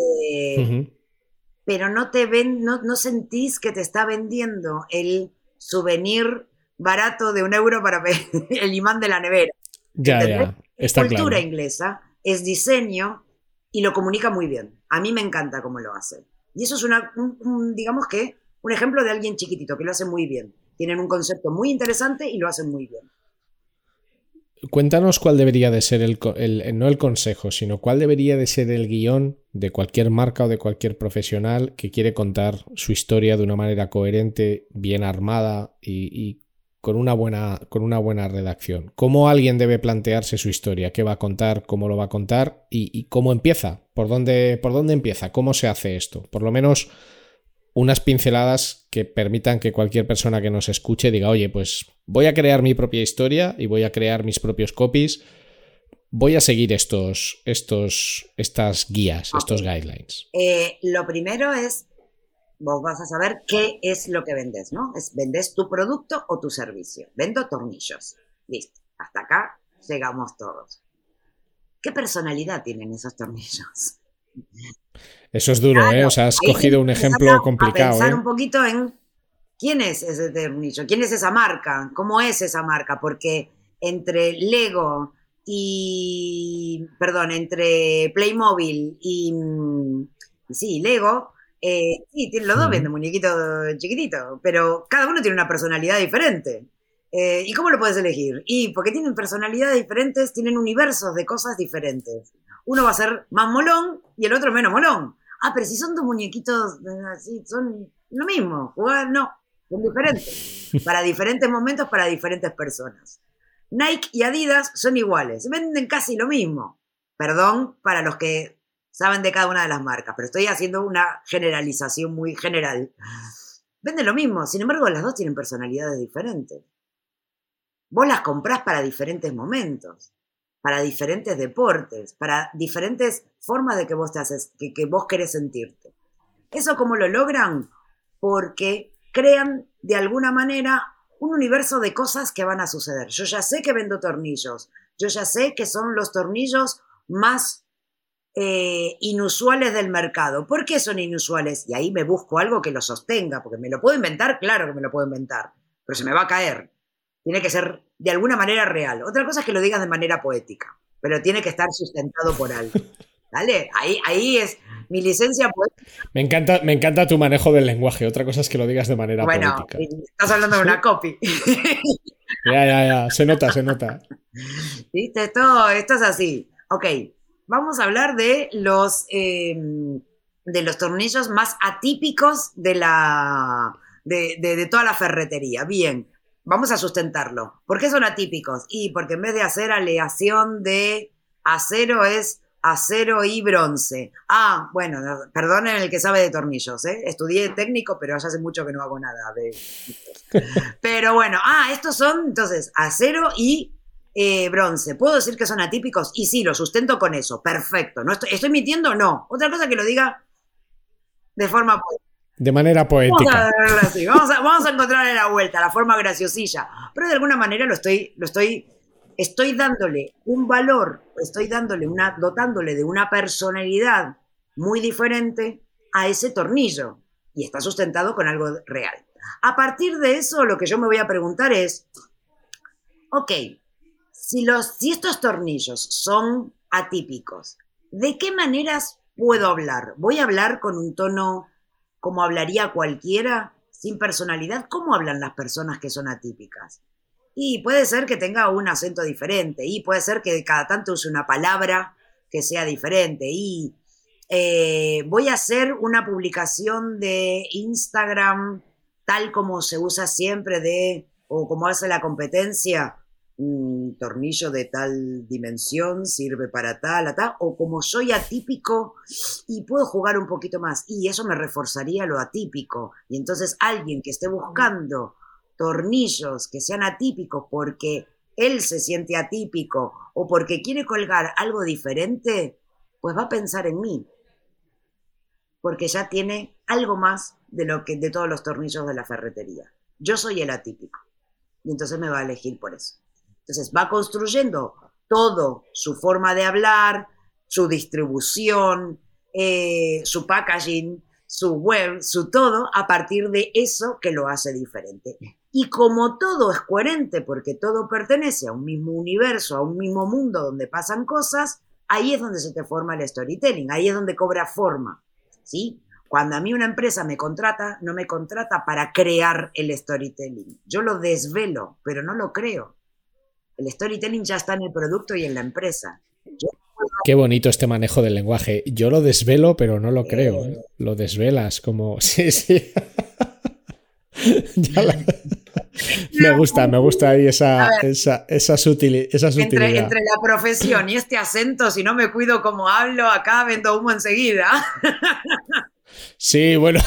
[SPEAKER 2] pero no sentís que te está vendiendo el souvenir barato de €1 para el imán de la nevera.
[SPEAKER 1] Ya, está
[SPEAKER 2] cultura
[SPEAKER 1] claro.
[SPEAKER 2] inglesa, es diseño y lo comunica muy bien. A mí me encanta cómo lo hace. Y eso es digamos que, un ejemplo de alguien chiquitito que lo hace muy bien. Tienen un concepto muy interesante y lo hacen muy bien.
[SPEAKER 1] Cuéntanos cuál debería de ser no el consejo, sino cuál debería de ser el guión de cualquier marca o de cualquier profesional que quiere contar su historia de una manera coherente, bien armada y con una buena redacción. ¿Cómo alguien debe plantearse su historia? ¿Qué va a contar? ¿Cómo lo va a contar? ¿Y cómo empieza? ¿Por dónde empieza? ¿Cómo se hace esto? Por lo menos unas pinceladas que permitan que cualquier persona que nos escuche diga, oye, pues voy a crear mi propia historia y voy a crear mis propios copies, voy a seguir estas guías, okay, estos guidelines.
[SPEAKER 2] Lo primero es, vos vas a saber qué es lo que vendes, ¿no? ¿Vendes tu producto o tu servicio? Vendo tornillos. Listo, hasta acá llegamos todos. ¿Qué personalidad tienen esos tornillos?
[SPEAKER 1] Eso es duro, claro, ¿eh? O sea, has cogido un ejemplo complicado.
[SPEAKER 2] A pensar un poquito en quién es ese tornillo, quién es esa marca, cómo es esa marca, porque entre Lego entre Playmobil y sí, Lego, sí, los dos venden muñequitos chiquititos, pero cada uno tiene una personalidad diferente. ¿Y cómo lo puedes elegir? Y porque tienen personalidades diferentes, tienen universos de cosas diferentes. Uno va a ser más molón y el otro menos molón. Ah, pero si son dos muñequitos así, son lo mismo. Jugar, no, son diferentes. Para diferentes momentos, para diferentes personas. Nike y Adidas son iguales, venden casi lo mismo. Perdón para los que saben de cada una de las marcas, pero estoy haciendo una generalización muy general. Venden lo mismo, sin embargo, las dos tienen personalidades diferentes. Vos las comprás para diferentes momentos, para diferentes deportes, para diferentes formas de que vos te haces, que vos querés sentirte. ¿Eso cómo lo logran? Porque crean de alguna manera un universo de cosas que van a suceder. Yo ya sé que vendo tornillos, yo ya sé que son los tornillos más inusuales del mercado. ¿Por qué son inusuales? Y ahí me busco algo que lo sostenga, porque me lo puedo inventar, claro que me lo puedo inventar, pero se me va a caer. Tiene que ser de alguna manera real. Otra cosa es que lo digas de manera poética, pero tiene que estar sustentado por algo. ¿Vale? Ahí es mi licencia poética.
[SPEAKER 1] Me encanta tu manejo del lenguaje. Otra cosa es que lo digas de manera poética.
[SPEAKER 2] Bueno, estás hablando de una copy.
[SPEAKER 1] Ya. Se nota.
[SPEAKER 2] ¿Viste? Esto es así. Ok, vamos a hablar de los tornillos más atípicos de toda la ferretería. Bien, vamos a sustentarlo. ¿Por qué son atípicos? Y porque en vez de hacer aleación de acero es acero y bronce. Ah, bueno, perdonen el que sabe de tornillos, ¿eh? Estudié técnico, pero ya hace mucho que no hago nada de... Pero bueno, estos son entonces acero y bronce. ¿Puedo decir que son atípicos? Y sí, lo sustento con eso. Perfecto. ¿No estoy mintiendo? No. Otra cosa que lo diga de forma poética.
[SPEAKER 1] De manera poética.
[SPEAKER 2] Vamos a encontrarle la vuelta, la forma graciosilla. Pero de alguna manera estoy dándole un valor, dotándole de una personalidad muy diferente a ese tornillo. Y está sustentado con algo real. A partir de eso, lo que yo me voy a preguntar es, ok, si estos tornillos son atípicos, ¿de qué maneras puedo hablar? ¿Voy a hablar con un tono como hablaría cualquiera, sin personalidad? ¿Cómo hablan las personas que son atípicas? Y puede ser que tenga un acento diferente, y puede ser que cada tanto use una palabra que sea diferente, y voy a hacer una publicación de Instagram tal como se usa siempre o como hace la competencia, un tornillo de tal dimensión sirve para tal, o como soy atípico y puedo jugar un poquito más, y eso me reforzaría lo atípico, y entonces alguien que esté buscando tornillos que sean atípicos porque él se siente atípico o porque quiere colgar algo diferente, pues va a pensar en mí, porque ya tiene algo más de todos los tornillos de la ferretería. Yo soy el atípico, y entonces me va a elegir por eso. Entonces va construyendo todo, su forma de hablar, su distribución, su packaging, su web, su todo, a partir de eso que lo hace diferente. Y como todo es coherente, porque todo pertenece a un mismo universo, a un mismo mundo donde pasan cosas, ahí es donde se te forma el storytelling, ahí es donde cobra forma, ¿sí? Cuando a mí una empresa me contrata, no me contrata para crear el storytelling. Yo lo desvelo, pero no lo creo. El storytelling ya está en el producto y en la empresa.
[SPEAKER 1] Qué bonito este manejo del lenguaje. Yo lo desvelo, pero no lo creo. ¿Eh? Lo desvelas como... Sí. Me gusta ahí esa sutilidad.
[SPEAKER 2] Entre la profesión y este acento, si no me cuido como hablo, acá vendo humo enseguida.
[SPEAKER 1] Sí, bueno.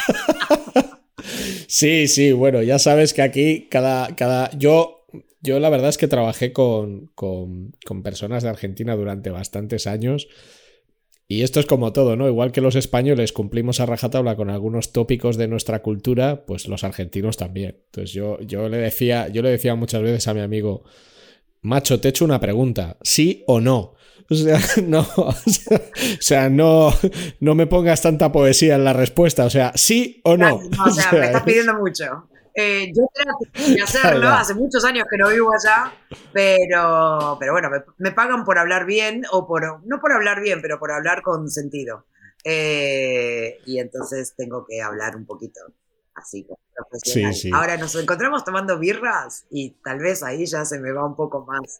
[SPEAKER 1] Sí, bueno, ya sabes que aquí yo la verdad es que trabajé con personas de Argentina durante bastantes años, y esto es como todo, ¿no? Igual que los españoles cumplimos a rajatabla con algunos tópicos de nuestra cultura, pues los argentinos también. Entonces yo le decía muchas veces a mi amigo, macho, te echo una pregunta, ¿sí o no? No me pongas tanta poesía en la respuesta, o sea, ¿sí o no?
[SPEAKER 2] O sea, me estás pidiendo mucho. Yo trato de hacerlo, hace muchos años que no vivo allá, pero bueno, me pagan por hablar bien, no por hablar bien, pero por hablar con sentido. Y entonces tengo que hablar un poquito así, profesional. Sí. Ahora nos encontramos tomando birras y tal vez ahí ya se me va un poco más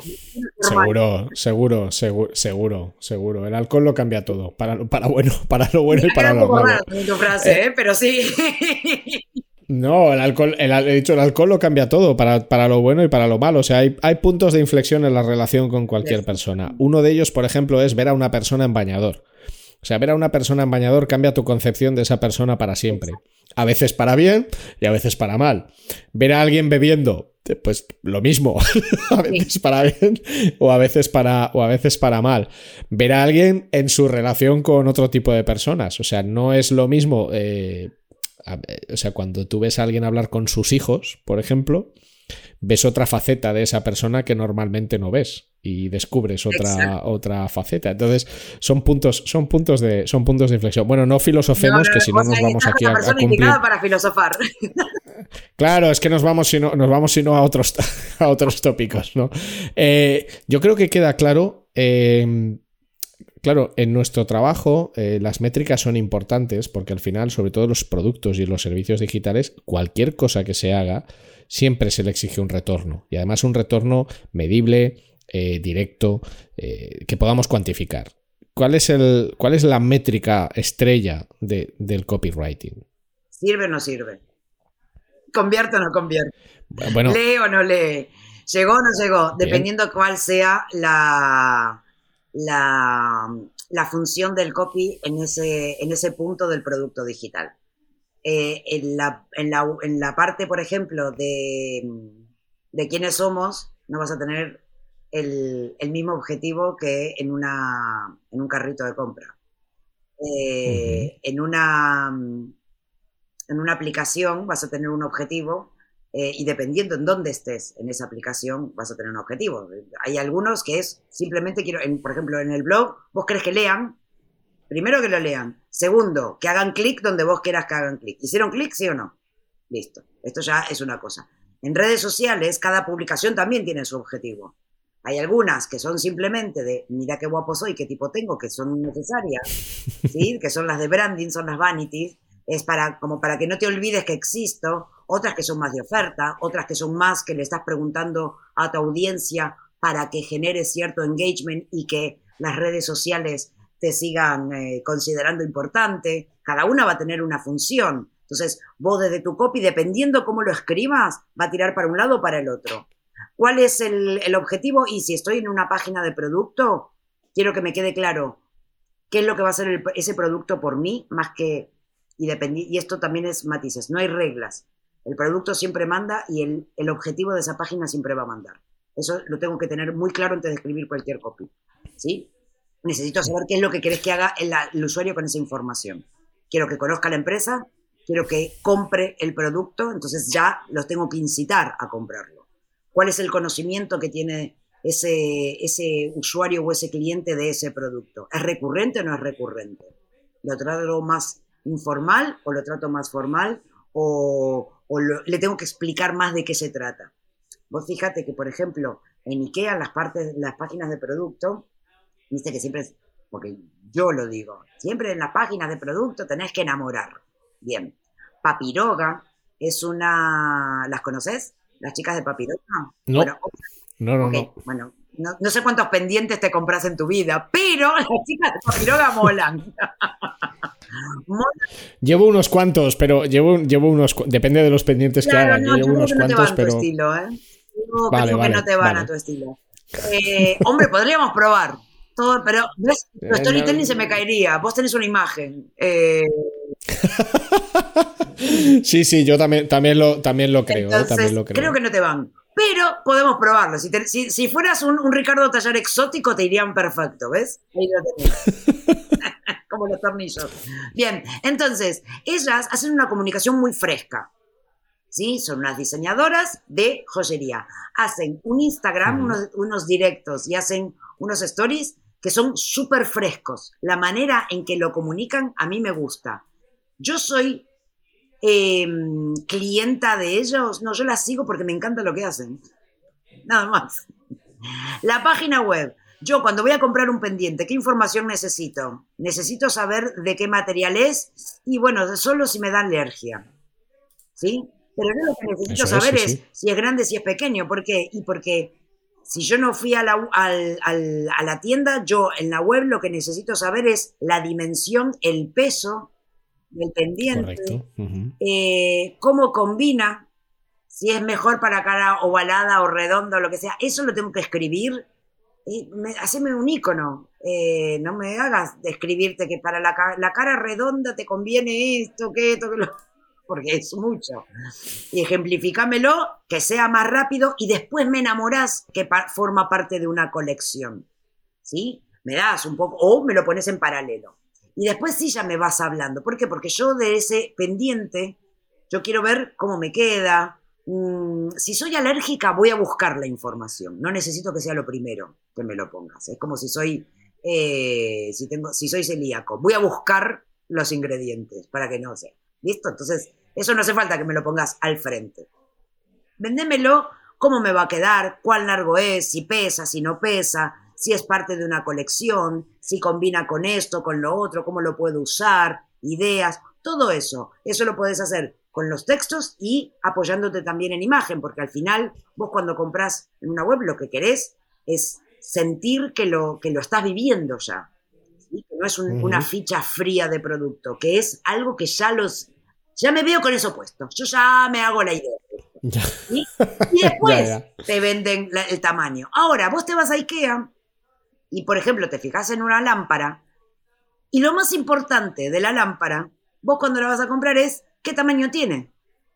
[SPEAKER 1] Seguro. El alcohol lo cambia todo, para lo bueno y para lo malo.
[SPEAKER 2] Tu frase, pero sí.
[SPEAKER 1] No, el alcohol lo cambia todo, para lo bueno y para lo malo. O sea, hay puntos de inflexión en la relación con cualquier persona. Uno de ellos, por ejemplo, es ver a una persona en bañador. O sea, ver a una persona en bañador cambia tu concepción de esa persona para siempre. A veces para bien y a veces para mal. Ver a alguien bebiendo, pues lo mismo. A veces para bien o a veces para mal. Ver a alguien en su relación con otro tipo de personas. O sea, no es lo mismo... O sea, cuando tú ves a alguien hablar con sus hijos, por ejemplo, ves otra faceta de esa persona que normalmente no ves y descubres otra faceta. Entonces, son puntos de inflexión. Bueno, no filosofemos, que si no nos vamos aquí a cumplir.
[SPEAKER 2] Para filosofar.
[SPEAKER 1] Claro, es que nos vamos sino a otros tópicos, ¿no? Yo creo que queda claro. Claro, en nuestro trabajo las métricas son importantes porque al final, sobre todo los productos y los servicios digitales, cualquier cosa que se haga siempre se le exige un retorno, y además un retorno medible, directo, que podamos cuantificar. ¿Cuál es la métrica estrella del copywriting?
[SPEAKER 2] ¿Sirve o no sirve? ¿Convierte o no convierte?
[SPEAKER 1] Bueno,
[SPEAKER 2] ¿Lee o no lee? ¿Llegó o no llegó?
[SPEAKER 1] Bien.
[SPEAKER 2] Dependiendo cuál sea la función del copy en ese punto del producto digital. En la parte, por ejemplo, de quiénes somos, no vas a tener el mismo objetivo que en un carrito de compra. En una aplicación vas a tener un objetivo, y dependiendo en dónde estés en esa aplicación vas a tener un objetivo. Hay algunos que es simplemente por ejemplo, en el blog, vos querés que lean. Primero, que lo lean. Segundo, que hagan clic donde vos quieras que hagan clic. ¿Hicieron clic, sí o no? Listo. Esto ya es una cosa. En redes sociales, cada publicación también tiene su objetivo. Hay algunas que son simplemente de mira qué guapo soy, qué tipo tengo, que son necesarias, ¿sí? Que son las de branding, son las vanities. Es como para que no te olvides que existo. Otras que son más de oferta, otras que son más que le estás preguntando a tu audiencia para que genere cierto engagement y que las redes sociales te sigan considerando importante. Cada una va a tener una función. Entonces, vos desde tu copy, dependiendo cómo lo escribas, va a tirar para un lado o para el otro. ¿Cuál es el objetivo? Y si estoy en una página de producto, quiero que me quede claro qué es lo que va a hacer ese producto por mí, más que... Y esto también es matices, no hay reglas. El producto siempre manda y el objetivo de esa página siempre va a mandar. Eso lo tengo que tener muy claro antes de escribir cualquier copy, ¿sí? Necesito saber qué es lo que querés que haga el usuario con esa información. Quiero que conozca la empresa, quiero que compre el producto, entonces ya los tengo que incitar a comprarlo. ¿Cuál es el conocimiento que tiene ese usuario o ese cliente de ese producto? ¿Es recurrente o no es recurrente? ¿Lo trato más informal o lo trato más formal? ¿Le tengo que explicar más de qué se trata? Vos fíjate que, por ejemplo, en IKEA, las páginas de producto, viste que siempre es, porque yo lo digo, siempre en las páginas de producto tenés que enamorar. Bien, Papiroga es ¿las conoces? ¿Las chicas de Papiroga?
[SPEAKER 1] No,
[SPEAKER 2] bueno,
[SPEAKER 1] no,
[SPEAKER 2] okay.
[SPEAKER 1] No.
[SPEAKER 2] Bueno, no sé cuántos pendientes te compras en tu vida, pero las chicas de Papiroga molan.
[SPEAKER 1] Llevo unos cuantos, pero llevo unos, depende de los pendientes que haga.
[SPEAKER 2] No,
[SPEAKER 1] yo llevo unos cuantos, pero...
[SPEAKER 2] Tu estilo, ¿eh? Yo
[SPEAKER 1] vale,
[SPEAKER 2] creo que no te van a tu estilo. Hombre, podríamos probar. Todo, pero ¿ves? Tu storytelling se me caería. Vos tenés una imagen.
[SPEAKER 1] Sí, yo también lo creo.
[SPEAKER 2] Entonces,
[SPEAKER 1] también lo creo.
[SPEAKER 2] Creo que no te van. Pero podemos probarlo. Si fueras un Ricardo Tallar exótico, te irían perfecto, ¿ves? Ahí lo tenés. Como los tornillos. Bien, entonces, ellas hacen una comunicación muy fresca. ¿Sí? Son unas diseñadoras de joyería. Hacen un Instagram, unos directos y hacen unos stories que son súper frescos. La manera en que lo comunican a mí me gusta. Yo soy clienta de ellos. No, yo las sigo porque me encanta lo que hacen. Nada más. La página web. Yo cuando voy a comprar un pendiente, ¿qué información necesito? Necesito saber de qué material es y bueno, solo si me da alergia. ¿Sí? Pero yo lo que necesito saber es si es grande, si es pequeño. ¿Por qué? Y porque si yo no fui a la tienda, yo en la web lo que necesito saber es la dimensión, el peso del pendiente.
[SPEAKER 1] Correcto.
[SPEAKER 2] Cómo combina, si es mejor para cara ovalada o redonda o lo que sea. Eso lo tengo que escribir. Haceme un icono. No me hagas describirte que para la cara redonda te conviene esto, que lo... porque es mucho. Y ejemplificámelo, que sea más rápido y después me enamorás que forma parte de una colección. ¿Sí? Me das un poco, o me lo pones en paralelo. Y después sí ya me vas hablando. ¿Por qué? Porque yo de ese pendiente, yo quiero ver cómo me queda, si soy alérgica, voy a buscar la información. No necesito que sea lo primero que me lo pongas. Es como si soy, si soy celíaco. Voy a buscar los ingredientes para que no sea. ¿Listo? Entonces, eso no hace falta que me lo pongas al frente. Vendémelo, cómo me va a quedar, cuán largo es, si pesa, si no pesa, si es parte de una colección, si combina con esto, con lo otro, cómo lo puedo usar, ideas, todo eso. Eso lo puedes hacer con los textos y apoyándote también en imagen, porque al final vos cuando compras en una web lo que querés es sentir que lo estás viviendo ya. ¿Sí? Que no es una ficha fría de producto, que es algo que ya me veo con eso puesto. Yo ya me hago la idea. ¿Sí? Y después te venden el tamaño. Ahora, vos te vas a IKEA y, por ejemplo, te fijas en una lámpara y lo más importante de la lámpara, vos cuando la vas a comprar es ¿qué tamaño tiene?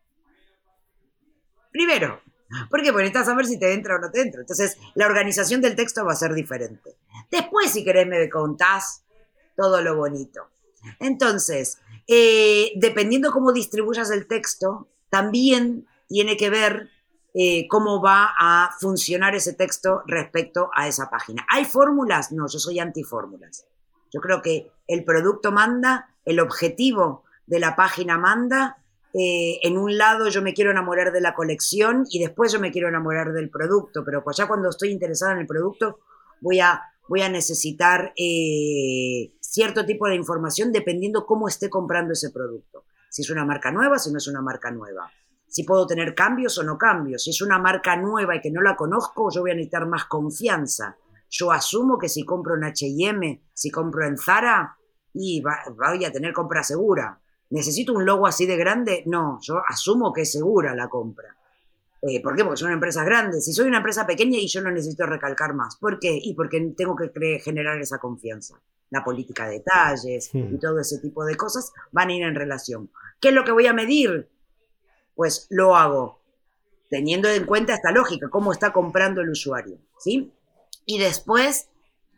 [SPEAKER 2] Primero, porque necesitas saber si te entra o no te entra. Entonces, la organización del texto va a ser diferente. Después, si querés, me contás todo lo bonito. Entonces, dependiendo cómo distribuyas el texto, también tiene que ver cómo va a funcionar ese texto respecto a esa página. ¿Hay fórmulas? No, yo soy antifórmulas. Yo creo que el producto manda, el objetivo de la página manda. En un lado yo me quiero enamorar de la colección y después yo me quiero enamorar del producto, pero ya cuando estoy interesada en el producto voy a necesitar cierto tipo de información dependiendo cómo esté comprando ese producto. Si es una marca nueva, si no es una marca nueva. Si puedo tener cambios o no cambios. Si es una marca nueva y que no la conozco, yo voy a necesitar más confianza. Yo asumo que si compro en H&M, si compro en Zara, voy a tener compra segura. ¿Necesito un logo así de grande? No, yo asumo que es segura la compra. ¿Por qué? Porque son empresas grandes. Si soy una empresa pequeña y yo no necesito recalcar más. ¿Por qué? Y porque tengo que generar esa confianza. La política de detalles y todo ese tipo de cosas van a ir en relación. ¿Qué es lo que voy a medir? Pues lo hago teniendo en cuenta esta lógica, cómo está comprando el usuario, ¿sí? Y después,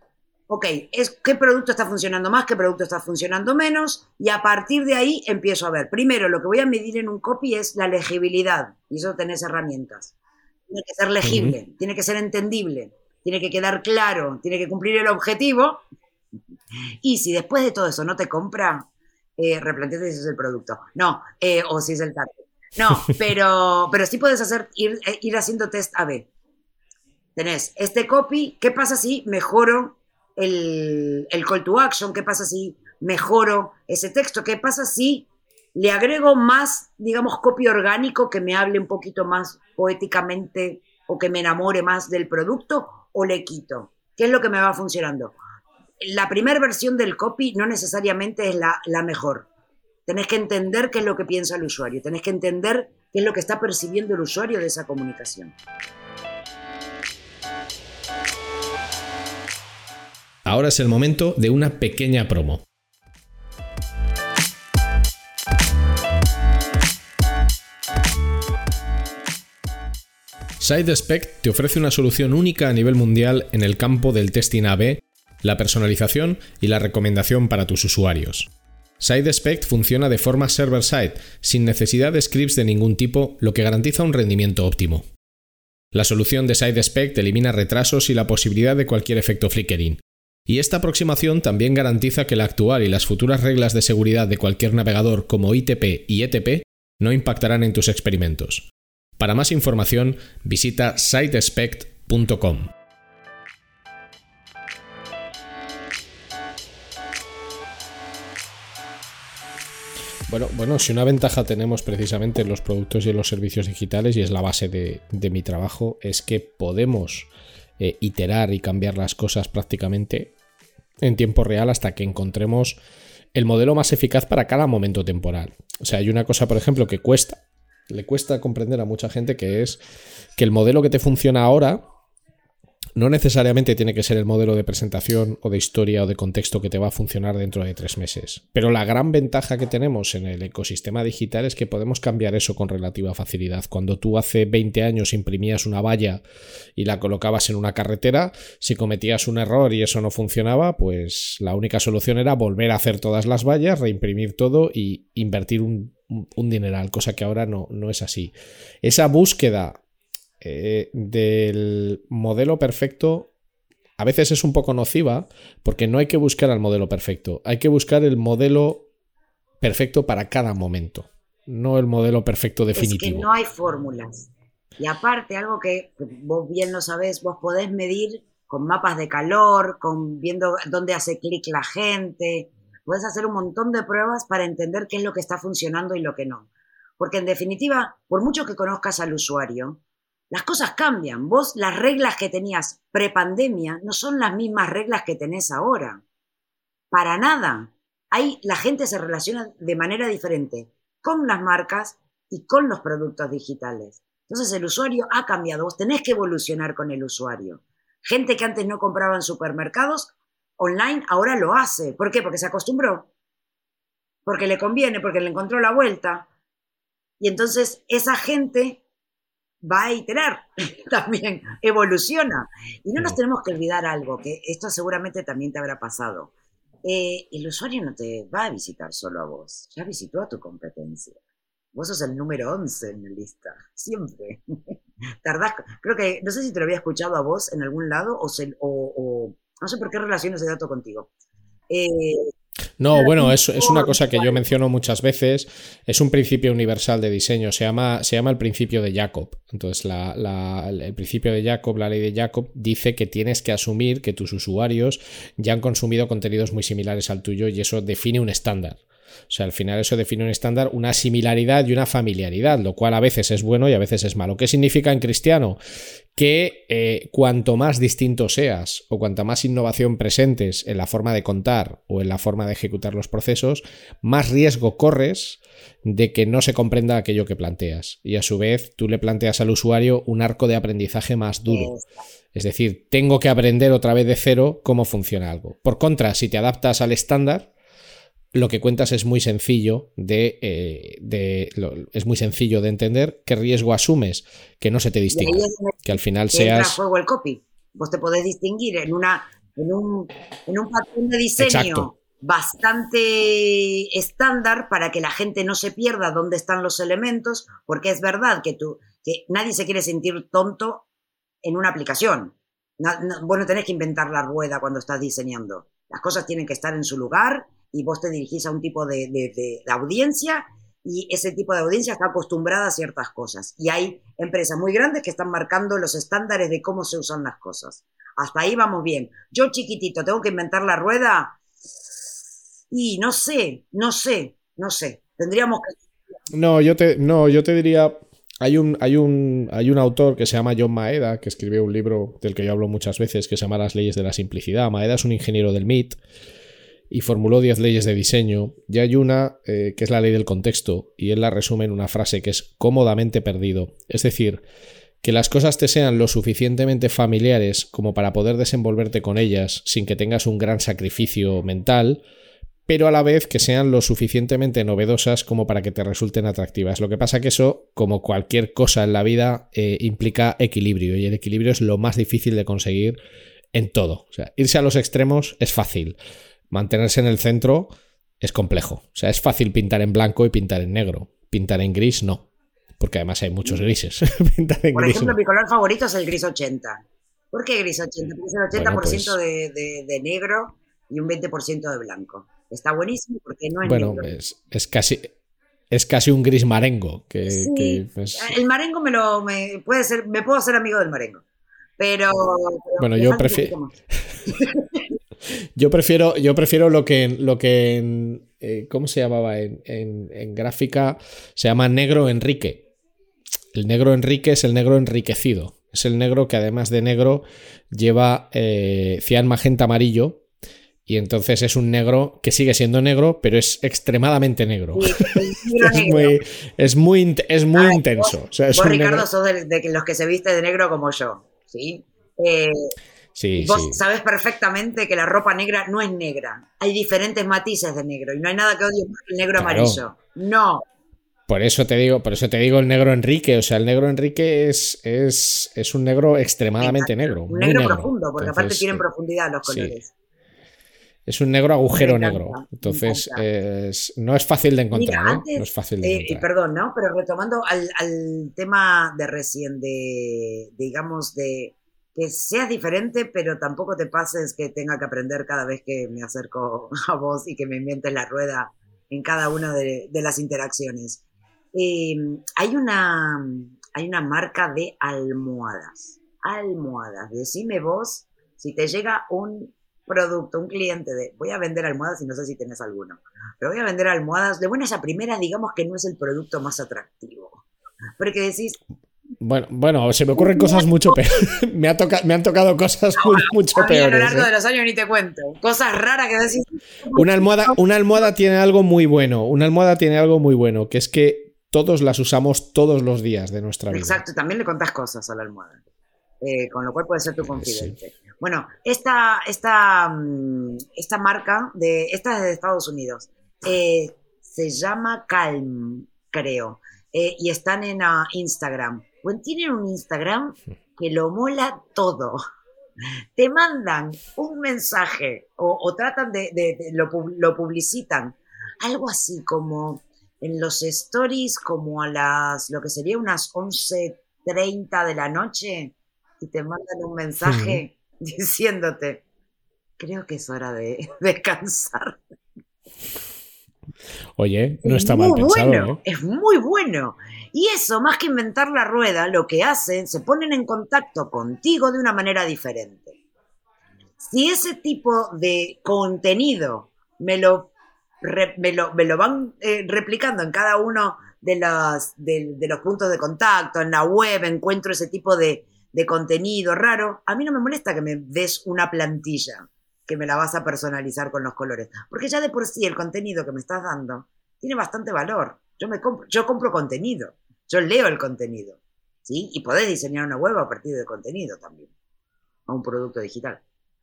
[SPEAKER 2] ¿qué producto está funcionando más, qué producto está funcionando menos? Y a partir de ahí empiezo a ver. Primero, lo que voy a medir en un copy es la legibilidad. Y eso tenés herramientas. Tiene que ser legible, tiene que ser entendible, tiene que quedar claro, tiene que cumplir el objetivo. Y si después de todo eso no te compra, replanteate si es el producto. No, o si es el target. No, pero sí puedes ir haciendo test A/B. Tenés este copy, ¿qué pasa si mejoro el call to action? ¿Qué pasa si mejoro ese texto? ¿Qué pasa si le agrego más, digamos, copy orgánico que me hable un poquito más poéticamente o que me enamore más del producto o le quito? ¿Qué es lo que me va funcionando? La primera versión del copy no necesariamente es la mejor. Tenés que entender qué es lo que piensa el usuario, tenés que entender qué es lo que está percibiendo el usuario de esa comunicación.
[SPEAKER 1] Ahora es el momento de una pequeña promo. SiteSpect te ofrece una solución única a nivel mundial en el campo del testing A/B, la personalización y la recomendación para tus usuarios. SiteSpect funciona de forma server-side, sin necesidad de scripts de ningún tipo, lo que garantiza un rendimiento óptimo. La solución de SiteSpect elimina retrasos y la posibilidad de cualquier efecto flickering. Y esta aproximación también garantiza que la actual y las futuras reglas de seguridad de cualquier navegador como ITP y ETP no impactarán en tus experimentos. Para más información, visita sitespect.com. Bueno, si una ventaja tenemos precisamente en los productos y en los servicios digitales, y es la base de mi trabajo, es que podemos iterar y cambiar las cosas prácticamente en tiempo real hasta que encontremos el modelo más eficaz para cada momento temporal. O sea, hay una cosa, por ejemplo, que le cuesta comprender a mucha gente, que es que el modelo que te funciona ahora no necesariamente tiene que ser el modelo de presentación o de historia o de contexto que te va a funcionar dentro de 3 meses. Pero la gran ventaja que tenemos en el ecosistema digital es que podemos cambiar eso con relativa facilidad. Cuando tú hace 20 años imprimías una valla y la colocabas en una carretera, si cometías un error y eso no funcionaba, pues la única solución era volver a hacer todas las vallas, reimprimir todo y invertir un un dineral, cosa que ahora no es así. Esa búsqueda del modelo perfecto a veces es un poco nociva, porque no hay que buscar al modelo perfecto, hay que buscar el modelo perfecto para cada momento, no el modelo perfecto definitivo.
[SPEAKER 2] Es que no hay fórmulas. Y aparte, algo que vos bien lo sabés, vos podés medir con mapas de calor, con viendo dónde hace clic la gente, podés hacer un montón de pruebas para entender qué es lo que está funcionando y lo que no. Porque en definitiva, por mucho que conozcas al usuario, las cosas cambian. Vos, las reglas que tenías prepandemia no son las mismas reglas que tenés ahora. Para nada. Ahí la gente se relaciona de manera diferente con las marcas y con los productos digitales. Entonces el usuario ha cambiado. Vos tenés que evolucionar con el usuario. Gente que antes no compraba en supermercados, online ahora lo hace. ¿Por qué? Porque se acostumbró. Porque le conviene, porque le encontró la vuelta. Y entonces esa gente va a iterar también, evoluciona. Y no nos tenemos que olvidar algo, que esto seguramente también te habrá pasado. El usuario no te va a visitar solo a vos, ya visitó a tu competencia. Vos sos el número 11 en la lista, siempre. Tardás, creo que, no sé si te lo había escuchado a vos en algún lado o no sé por qué relaciono ese dato contigo.
[SPEAKER 1] No, bueno, es una cosa que yo menciono muchas veces, es un principio universal de diseño, se llama el principio de Jacob. Entonces, el principio de Jacob, la ley de Jacob, dice que tienes que asumir que tus usuarios ya han consumido contenidos muy similares al tuyo y eso define un estándar. O sea, al final eso define un estándar, una similaridad y una familiaridad, lo cual a veces es bueno y a veces es malo. ¿Qué significa en cristiano? Que cuanto más distinto seas o cuanta más innovación presentes en la forma de contar o en la forma de ejecutar los procesos, más riesgo corres de que no se comprenda aquello que planteas. Y a su vez tú le planteas al usuario un arco de aprendizaje más duro. Es decir, tengo que aprender otra vez de cero cómo funciona algo. Por contra, si te adaptas al estándar, lo que cuentas es muy sencillo es muy sencillo de entender. ¿Qué riesgo asumes? Que no se te distinga, que al final seas...
[SPEAKER 2] Entra a juego el copy. Vos te podés distinguir en un patrón de diseño.
[SPEAKER 1] Exacto.
[SPEAKER 2] Bastante estándar para que la gente no se pierda dónde están los elementos, porque es verdad que nadie se quiere sentir tonto en una aplicación. Vos no tenés que inventar la rueda cuando estás diseñando. Las cosas tienen que estar en su lugar y vos te dirigís a un tipo de audiencia y ese tipo de audiencia está acostumbrada a ciertas cosas. Y hay empresas muy grandes que están marcando los estándares de cómo se usan las cosas. Hasta ahí vamos bien. Yo chiquitito, ¿tengo que inventar la rueda? Y no sé. Tendríamos que...
[SPEAKER 1] No, yo te diría... Hay un autor que se llama John Maeda, que escribió un libro del que yo hablo muchas veces, que se llama Las leyes de la simplicidad. Maeda es un ingeniero del MIT y formuló 10 leyes de diseño. Y hay una que es la ley del contexto, y él la resume en una frase que es cómodamente perdido. Es decir, que las cosas te sean lo suficientemente familiares como para poder desenvolverte con ellas sin que tengas un gran sacrificio mental, pero a la vez que sean lo suficientemente novedosas como para que te resulten atractivas. Lo que pasa que eso, como cualquier cosa en la vida, implica equilibrio, y el equilibrio es lo más difícil de conseguir en todo. O sea, irse a los extremos es fácil, mantenerse en el centro es complejo. O sea, es fácil pintar en blanco y pintar en negro, pintar en gris no, porque además hay muchos grises. Pintar en
[SPEAKER 2] Por
[SPEAKER 1] gris
[SPEAKER 2] ejemplo,
[SPEAKER 1] no.
[SPEAKER 2] mi color favorito es el gris 80. ¿Por qué gris 80? Porque es el 80%
[SPEAKER 1] Bueno, pues,
[SPEAKER 2] de negro y un 20% de blanco. Está buenísimo porque no es
[SPEAKER 1] bueno,
[SPEAKER 2] negro.
[SPEAKER 1] es casi un gris marengo.
[SPEAKER 2] Sí, el marengo me puedo hacer amigo del marengo. Pero
[SPEAKER 1] Bueno,
[SPEAKER 2] le
[SPEAKER 1] yo
[SPEAKER 2] falta un poquito más.
[SPEAKER 1] Yo prefiero lo que en ¿cómo se llamaba? En gráfica se llama negro Enrique. El negro Enrique es el negro enriquecido. Es el negro que además de negro lleva cian magenta amarillo, y entonces es un negro que sigue siendo negro, pero es extremadamente negro.
[SPEAKER 2] Sí,
[SPEAKER 1] es muy intenso. O sea,
[SPEAKER 2] vos Ricardo, sos de los que se viste de negro como yo, ¿sí?
[SPEAKER 1] Sí,
[SPEAKER 2] vos
[SPEAKER 1] sí.
[SPEAKER 2] sabés perfectamente que la ropa negra no es negra. Hay diferentes matices de negro y no hay nada que odie más que el negro amarillo. No.
[SPEAKER 1] Por eso te digo el negro Enrique. O sea, el negro Enrique es un negro extremadamente negro.
[SPEAKER 2] Un
[SPEAKER 1] Muy
[SPEAKER 2] negro
[SPEAKER 1] negro.
[SPEAKER 2] profundo, porque
[SPEAKER 1] Entonces,
[SPEAKER 2] aparte tienen profundidad los colores.
[SPEAKER 1] Sí. Es un negro
[SPEAKER 2] Me
[SPEAKER 1] agujero
[SPEAKER 2] encanta,
[SPEAKER 1] negro.
[SPEAKER 2] me
[SPEAKER 1] Entonces,
[SPEAKER 2] encanta.
[SPEAKER 1] no es fácil de
[SPEAKER 2] Mira,
[SPEAKER 1] encontrar, ¿eh? No es
[SPEAKER 2] antes,
[SPEAKER 1] fácil de encontrar.
[SPEAKER 2] perdón, ¿no? Pero retomando al tema de recién, digamos, de que seas diferente, pero tampoco te pases que tenga que aprender cada vez que me acerco a vos y que me inventes la rueda en cada una de las interacciones. Eh, hay una, hay una marca de almohadas. Almohadas. Decime vos si te llega un producto, un cliente de voy a vender almohadas y no sé si tenés alguno. Pero voy a vender almohadas. De buenas a primeras, digamos que no es el producto más atractivo. Porque decís,
[SPEAKER 1] Bueno, se me ocurren cosas mucho peores. Me han tocado cosas mucho
[SPEAKER 2] a mí a lo
[SPEAKER 1] peores,
[SPEAKER 2] largo de
[SPEAKER 1] ¿eh?
[SPEAKER 2] los años ni te cuento. Cosas raras que decís.
[SPEAKER 1] Una almohada tiene algo muy bueno. Una almohada tiene algo muy bueno, que es que todos las usamos todos los días de nuestra vida.
[SPEAKER 2] Exacto, también le contás cosas a la almohada. Con lo cual puede ser tu
[SPEAKER 1] Sí.
[SPEAKER 2] confidente. Bueno, esta marca, esta es de Estados Unidos, se llama Calm, creo, y están en Instagram. Bueno, tienen un Instagram que lo mola todo. Te mandan un mensaje o tratan lo publicitan, algo así como en los stories, como a lo que sería unas 11:30 de la noche, y te mandan un
[SPEAKER 1] Mm.
[SPEAKER 2] mensaje diciéndote, creo que es hora de descansar.
[SPEAKER 1] Oye, no
[SPEAKER 2] Es
[SPEAKER 1] está mal
[SPEAKER 2] muy
[SPEAKER 1] pensado,
[SPEAKER 2] bueno,
[SPEAKER 1] ¿eh?
[SPEAKER 2] es muy bueno. Y eso, más que inventar la rueda, lo que hacen, se ponen en contacto contigo de una manera diferente. Si ese tipo de contenido me lo van replicando en cada uno de los puntos de contacto, en la web encuentro ese tipo de contenido raro, a mí no me molesta que me des una plantilla que me la vas a personalizar con los colores, porque ya de por sí el contenido que me estás dando tiene bastante valor. Yo compro contenido, yo leo el contenido, ¿sí? Y podés diseñar una web a partir de contenido también, o un producto digital.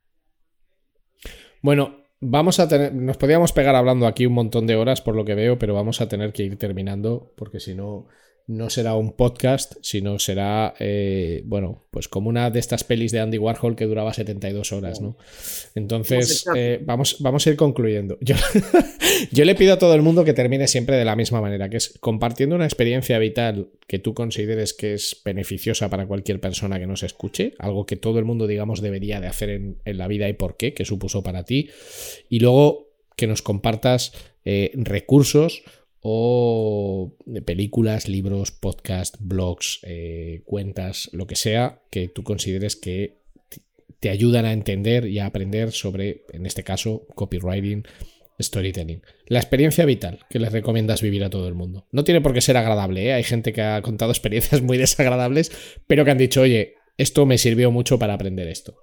[SPEAKER 1] Bueno, nos podríamos pegar hablando aquí un montón de horas por lo que veo, pero vamos a tener que ir terminando porque si no, no será un podcast, sino será, bueno, pues como una de estas pelis de Andy Warhol que duraba 72 horas,
[SPEAKER 2] Bien.
[SPEAKER 1] ¿no? Entonces, vamos a ir concluyendo. Yo le pido a todo el mundo que termine siempre de la misma manera, que es compartiendo una experiencia vital que tú consideres que es beneficiosa para cualquier persona que nos escuche, algo que todo el mundo, digamos, debería de hacer en la vida y por qué, que supuso para ti, y luego que nos compartas recursos o de películas, libros, podcasts, blogs, cuentas, lo que sea, que tú consideres que te ayudan a entender y a aprender sobre, en este caso, copywriting, storytelling. La experiencia vital que les recomiendas vivir a todo el mundo. No tiene por qué ser agradable, ¿eh? Hay gente que ha contado experiencias muy desagradables, pero que han dicho, oye, esto me sirvió mucho para aprender esto.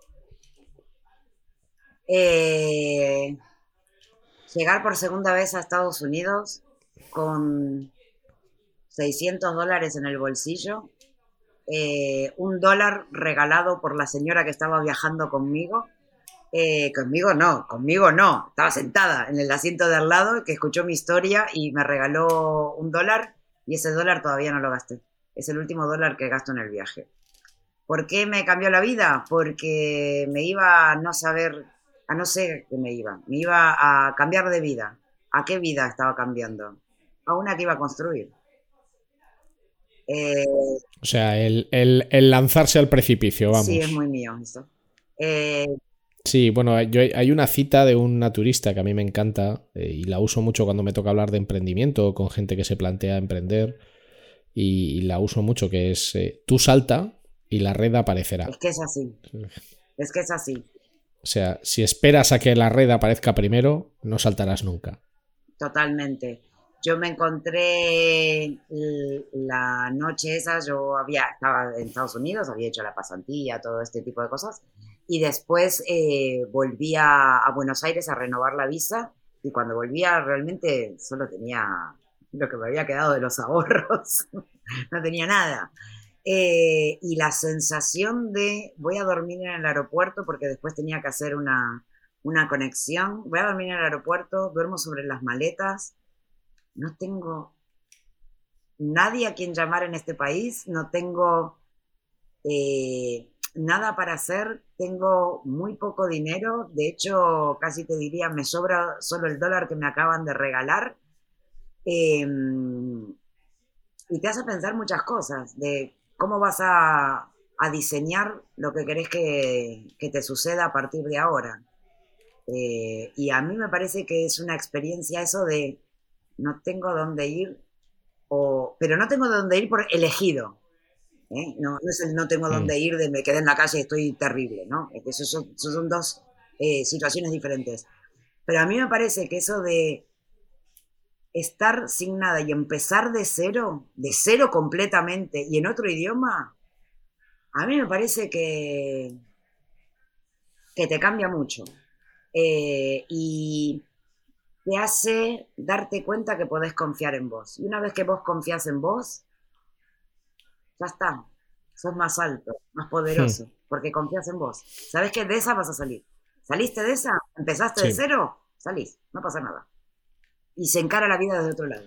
[SPEAKER 2] Eh, Llegar por segunda vez a Estados Unidos con $600 en el bolsillo, $1 regalado por la señora que estaba viajando conmigo. Conmigo no, estaba sentada en el asiento de al lado que escuchó mi historia y me regaló $1 y ese dólar todavía no lo gasté. Es el último dólar que gasto en el viaje. ¿Por qué me cambió la vida? Porque me iba a no saber, a no sé qué me iba a cambiar de vida. ¿A qué vida estaba cambiando? A una que iba a construir. Eh,
[SPEAKER 1] O sea, el lanzarse al precipicio,
[SPEAKER 2] sí, es
[SPEAKER 1] vamos.
[SPEAKER 2] muy mío eso. Eh,
[SPEAKER 1] Sí, bueno, hay una cita de un naturista que a mí me encanta y la uso mucho cuando me toca hablar de emprendimiento con gente que se plantea emprender y la uso mucho que es tú salta y la red aparecerá.
[SPEAKER 2] es que es así, es que es así,
[SPEAKER 1] O sea, si esperas a que la red aparezca primero, no saltarás nunca.
[SPEAKER 2] totalmente. Yo me encontré la noche esa, estaba en Estados Unidos, había hecho la pasantía, todo este tipo de cosas, y después volví a Buenos Aires a renovar la visa, y cuando volvía realmente solo tenía lo que me había quedado de los ahorros, no tenía nada. Y la sensación de voy a dormir en el aeropuerto porque después tenía que hacer una conexión, voy a dormir en el aeropuerto, duermo sobre las maletas, no tengo nadie a quien llamar en este país, no tengo nada para hacer, tengo muy poco dinero, de hecho, casi te diría, me sobra solo el dólar que me acaban de regalar. Eh, y te hace pensar muchas cosas, de cómo vas a diseñar lo que querés que te suceda a partir de ahora. Y a mí me parece que es una experiencia eso de no tengo dónde ir, pero no tengo dónde ir por elegido. No, no es el no tengo
[SPEAKER 1] Mm.
[SPEAKER 2] dónde ir de me quedé en la calle y estoy terrible, ¿no? Es que esos son dos situaciones diferentes. Pero a mí me parece que eso de estar sin nada y empezar de cero completamente y en otro idioma, a mí me parece que te cambia mucho. Y te hace darte cuenta que podés confiar en vos. Y una vez que vos confías en vos, ya está. Sos más alto, más
[SPEAKER 1] Mm.
[SPEAKER 2] poderoso, porque confías en vos. Sabés que de esa vas a salir. ¿Saliste de esa? ¿Empezaste de
[SPEAKER 1] Sí,
[SPEAKER 2] cero? Salís, no pasa nada. Y se encara la vida desde otro lado.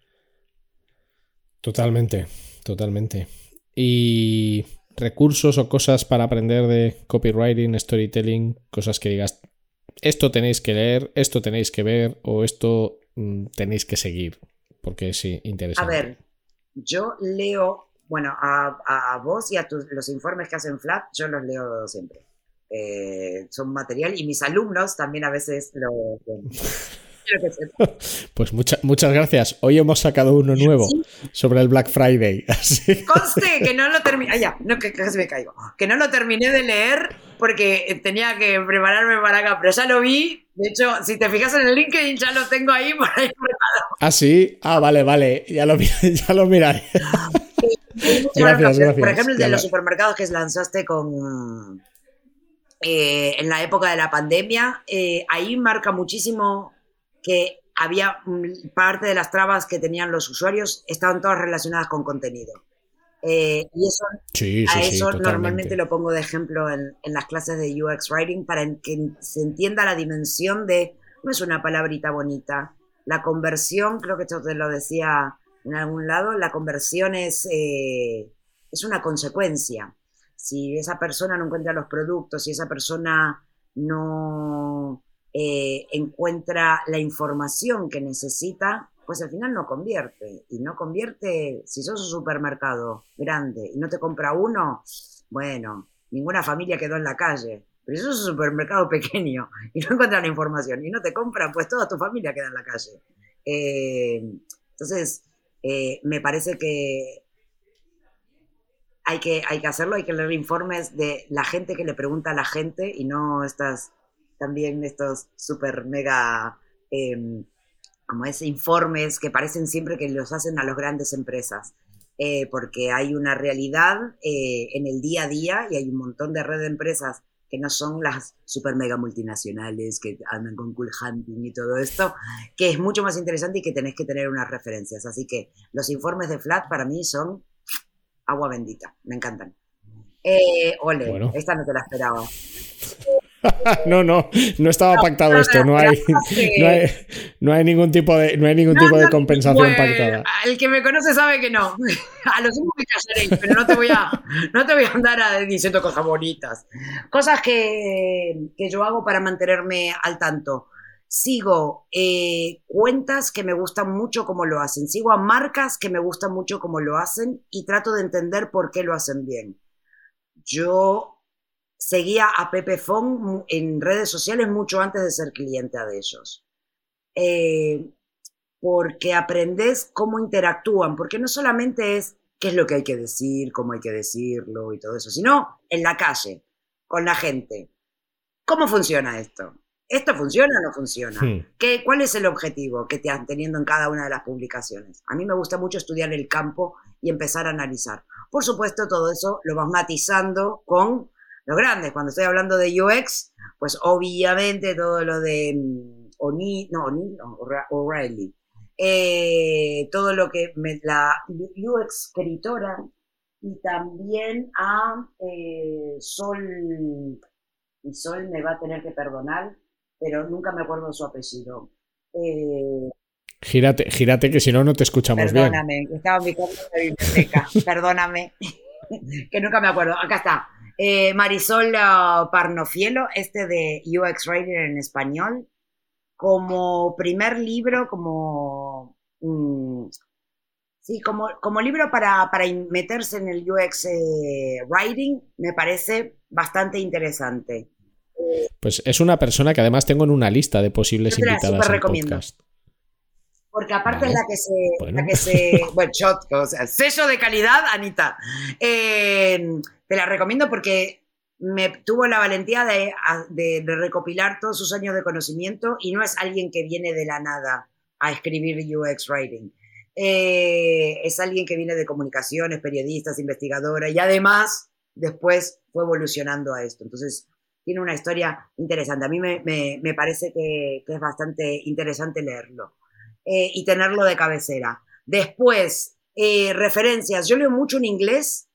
[SPEAKER 1] totalmente, totalmente. ¿Y recursos o cosas para aprender de copywriting, storytelling, cosas que digas, esto tenéis que leer, esto tenéis que ver o esto tenéis que seguir? Porque es
[SPEAKER 2] A
[SPEAKER 1] interesante.
[SPEAKER 2] ver, yo leo, bueno, a vos y a los informes que hacen Flat, yo los leo siempre. Son material y mis alumnos también a veces lo ven. Quiero que sepas.
[SPEAKER 1] Pues muchas gracias. Hoy hemos sacado uno nuevo
[SPEAKER 2] Sí,
[SPEAKER 1] sobre el Black Friday. Así.
[SPEAKER 2] conste que no lo terminé, ya, no, que casi me caigo, que no lo terminé de leer porque tenía que prepararme para acá, pero ya lo vi. De hecho, si te fijas en el LinkedIn, ya lo tengo ahí por ahí.
[SPEAKER 1] Ah, sí. Ah, vale, vale. Ya lo miraré. Gracias,
[SPEAKER 2] Por
[SPEAKER 1] gracias.
[SPEAKER 2] ejemplo, el de los supermercados que lanzaste con en la época de la pandemia, ahí marca muchísimo que había parte de las trabas que tenían los usuarios estaban todas relacionadas con contenido. Y eso,
[SPEAKER 1] Sí,
[SPEAKER 2] a
[SPEAKER 1] sí, sí,
[SPEAKER 2] eso normalmente
[SPEAKER 1] totalmente.
[SPEAKER 2] lo pongo de ejemplo en las clases de UX Writing para que se entienda la dimensión de, no es una palabrita bonita, la conversión, creo que esto te lo decía en algún lado, la conversión es una consecuencia. Si esa persona no encuentra los productos, si esa persona no encuentra la información que necesita, pues al final no convierte. Y no convierte, si sos un supermercado grande y no te compra uno, bueno, ninguna familia quedó en la calle. Pero si sos un supermercado pequeño y no encuentras la información y no te compran, pues toda tu familia queda en la calle. Entonces, me parece que hay que hacerlo, hay que leer informes de la gente que le pregunta a la gente y no también estos super mega, eh, como es, informes que parecen siempre que los hacen a las grandes empresas. Porque hay una realidad en el día a día y hay un montón de red de empresas que no son las super mega multinacionales que andan con cool hunting y todo esto, que es mucho más interesante y que tenés que tener unas referencias. Así que los informes de Flat para mí son agua bendita, me encantan. Ole,
[SPEAKER 1] Bueno.
[SPEAKER 2] esta no te la esperaba.
[SPEAKER 1] No, no, no estaba
[SPEAKER 2] No,
[SPEAKER 1] pactado
[SPEAKER 2] no te
[SPEAKER 1] esto.
[SPEAKER 2] la
[SPEAKER 1] No hay,
[SPEAKER 2] esperabas.
[SPEAKER 1] no hay, no hay ningún
[SPEAKER 2] No,
[SPEAKER 1] tipo de
[SPEAKER 2] no,
[SPEAKER 1] compensación
[SPEAKER 2] pues,
[SPEAKER 1] pactada.
[SPEAKER 2] el que me conoce sabe que no. A lo sumo me callaré, pero no te voy a andar diciendo cosas bonitas. Cosas que yo hago para mantenerme al tanto. Sigo cuentas que me gustan mucho como lo hacen. Sigo a marcas que me gustan mucho como lo hacen y trato de entender por qué lo hacen bien. Yo seguía a Pepe Fong en redes sociales mucho antes de ser clienta de ellos. Eh, Porque aprendes cómo interactúan, porque no solamente es qué es lo que hay que decir, cómo hay que decirlo y todo eso, sino en la calle, con la gente. ¿Cómo funciona esto? ¿Esto funciona o no funciona?
[SPEAKER 1] Hmm.
[SPEAKER 2] ¿Cuál es el objetivo que te han teniendo en cada una de las publicaciones? A mí me gusta mucho estudiar el campo y empezar a analizar. Por supuesto, todo eso lo vas matizando con los grandes. Cuando estoy hablando de UX, pues obviamente todo lo de O'Reilly. Todo lo que la UX escritora y también a y Sol me va a tener que perdonar, pero nunca me acuerdo de su apellido. Eh,
[SPEAKER 1] Gírate, que si no, no te escuchamos bien.
[SPEAKER 2] Perdóname, estaba en mi cuarto de la biblioteca, perdóname, que nunca me acuerdo. Acá está. Marisol Parnofielo, de UX Writer en español, como primer libro, sí, como libro para meterse en el UX Writing, me parece bastante interesante.
[SPEAKER 1] Pues es una persona que además tengo en una lista de posibles invitadas al podcast.
[SPEAKER 2] Porque aparte es la que se bueno, shot, o sea, sello de calidad, Anita. Te la recomiendo porque tuvo la valentía de recopilar todos sus años de conocimiento y no es alguien que viene de la nada a escribir UX Writing. Es alguien que viene de comunicaciones, periodistas, investigadora y además después fue evolucionando a esto. Entonces tiene una historia interesante. A mí me parece que es bastante interesante leerlo. Y tenerlo de cabecera. Después, referencias. Yo leo mucho en inglés,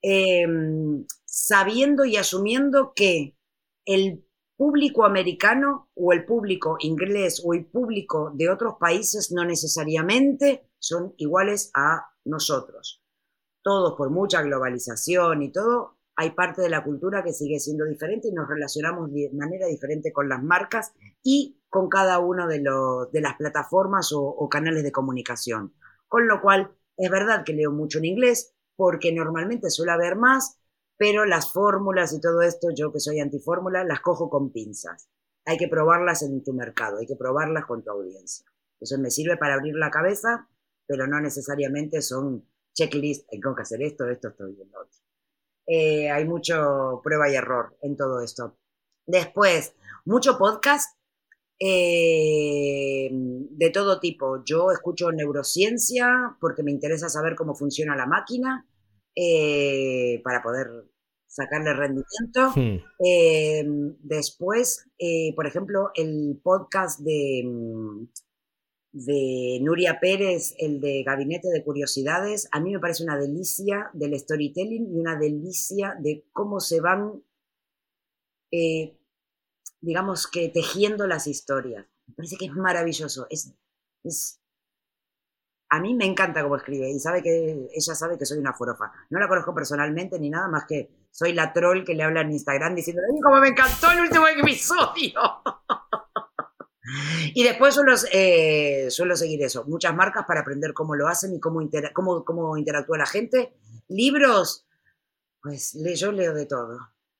[SPEAKER 2] sabiendo y asumiendo que el público americano o el público inglés o el público de otros países no necesariamente son iguales a nosotros. Todos, por mucha globalización y todo, hay parte de la cultura que sigue siendo diferente y nos relacionamos de manera diferente con las marcas y con cada uno de las plataformas o canales de comunicación. Con lo cual, es verdad que leo mucho en inglés, porque normalmente suele haber más, pero las fórmulas y todo esto, yo que soy antifórmula, las cojo con pinzas. Hay que probarlas en tu mercado, hay que probarlas con tu audiencia. Eso me sirve para abrir la cabeza, pero no necesariamente son checklists, tengo que hacer esto, estoy viendo otro. Hay mucho prueba y error en todo esto. Después, mucho podcast de todo tipo. Yo escucho neurociencia porque me interesa saber cómo funciona la máquina para poder sacarle rendimiento. Después, por ejemplo, el podcast de Nuria Pérez, el de Gabinete de Curiosidades, a mí me parece una delicia del storytelling y una delicia de cómo se van, digamos que tejiendo las historias. Me parece que es maravilloso. A mí me encanta cómo escribe y ella sabe que soy una forofa. No la conozco personalmente ni nada más que soy la troll que le habla en Instagram diciendo ¡cómo me encantó el último episodio! Y después suelo seguir eso, muchas marcas para aprender cómo lo hacen y cómo interactúa la gente. Libros, pues yo leo de todo.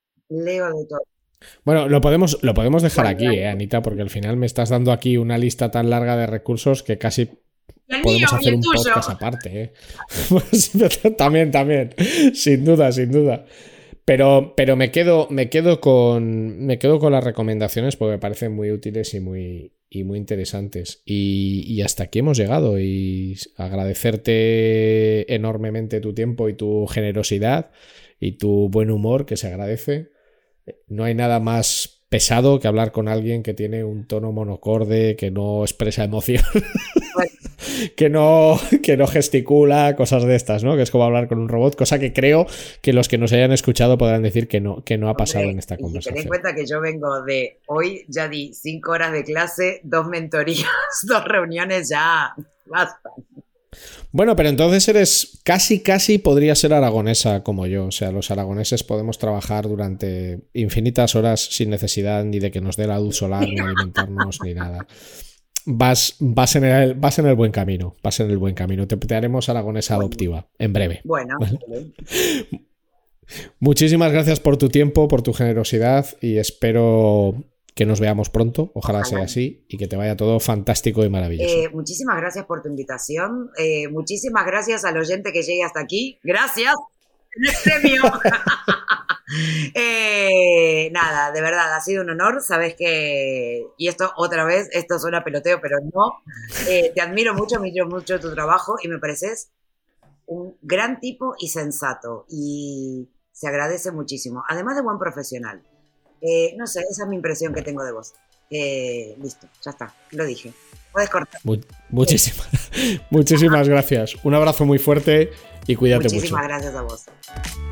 [SPEAKER 1] Bueno, lo podemos dejar aquí, Anita, porque al final me estás dando aquí una lista tan larga de recursos que casi podemos hacer un podcast aparte. Pues, también, sin duda. Pero me quedo con las recomendaciones porque me parecen muy útiles y muy interesantes. Y hasta aquí hemos llegado. Y agradecerte enormemente tu tiempo y tu generosidad y tu buen humor, que se agradece. No hay nada más pesado que hablar con alguien que tiene un tono monocorde, que no expresa emoción. Que no gesticula, cosas de estas, ¿no? Que es como hablar con un robot, cosa que creo que los que nos hayan escuchado podrán decir que no ha pasado en esta conversación.
[SPEAKER 2] Ten en cuenta que yo vengo de hoy, ya di 5 horas de clase, 2 mentorías, 2 reuniones, ya basta.
[SPEAKER 1] Bueno, pero entonces eres casi podría ser aragonesa como yo. O sea, los aragoneses podemos trabajar durante infinitas horas sin necesidad ni de que nos dé la luz solar, ni alimentarnos, ni nada. Vas en el buen camino. Te haremos aragonesa adoptiva en breve.
[SPEAKER 2] Bueno.
[SPEAKER 1] ¿Vale? Muchísimas gracias por tu tiempo, por tu generosidad y espero que nos veamos pronto. Ojalá sea así y que te vaya todo fantástico y maravilloso.
[SPEAKER 2] Muchísimas gracias por tu invitación. Muchísimas gracias al oyente que llegue hasta aquí. Gracias. El premio. Nada, de verdad, ha sido un honor. Sabes que, y esto otra vez, esto suena peloteo, pero no. Te admiro mucho tu trabajo y me pareces un gran tipo y sensato. Y se agradece muchísimo. Además de buen profesional. No sé, esa es mi impresión que tengo de vos. Listo, ya está, lo dije. Puedes cortar.
[SPEAKER 1] Muchísimas gracias. Un abrazo muy fuerte y cuídate mucho.
[SPEAKER 2] Muchísimas gracias a vos.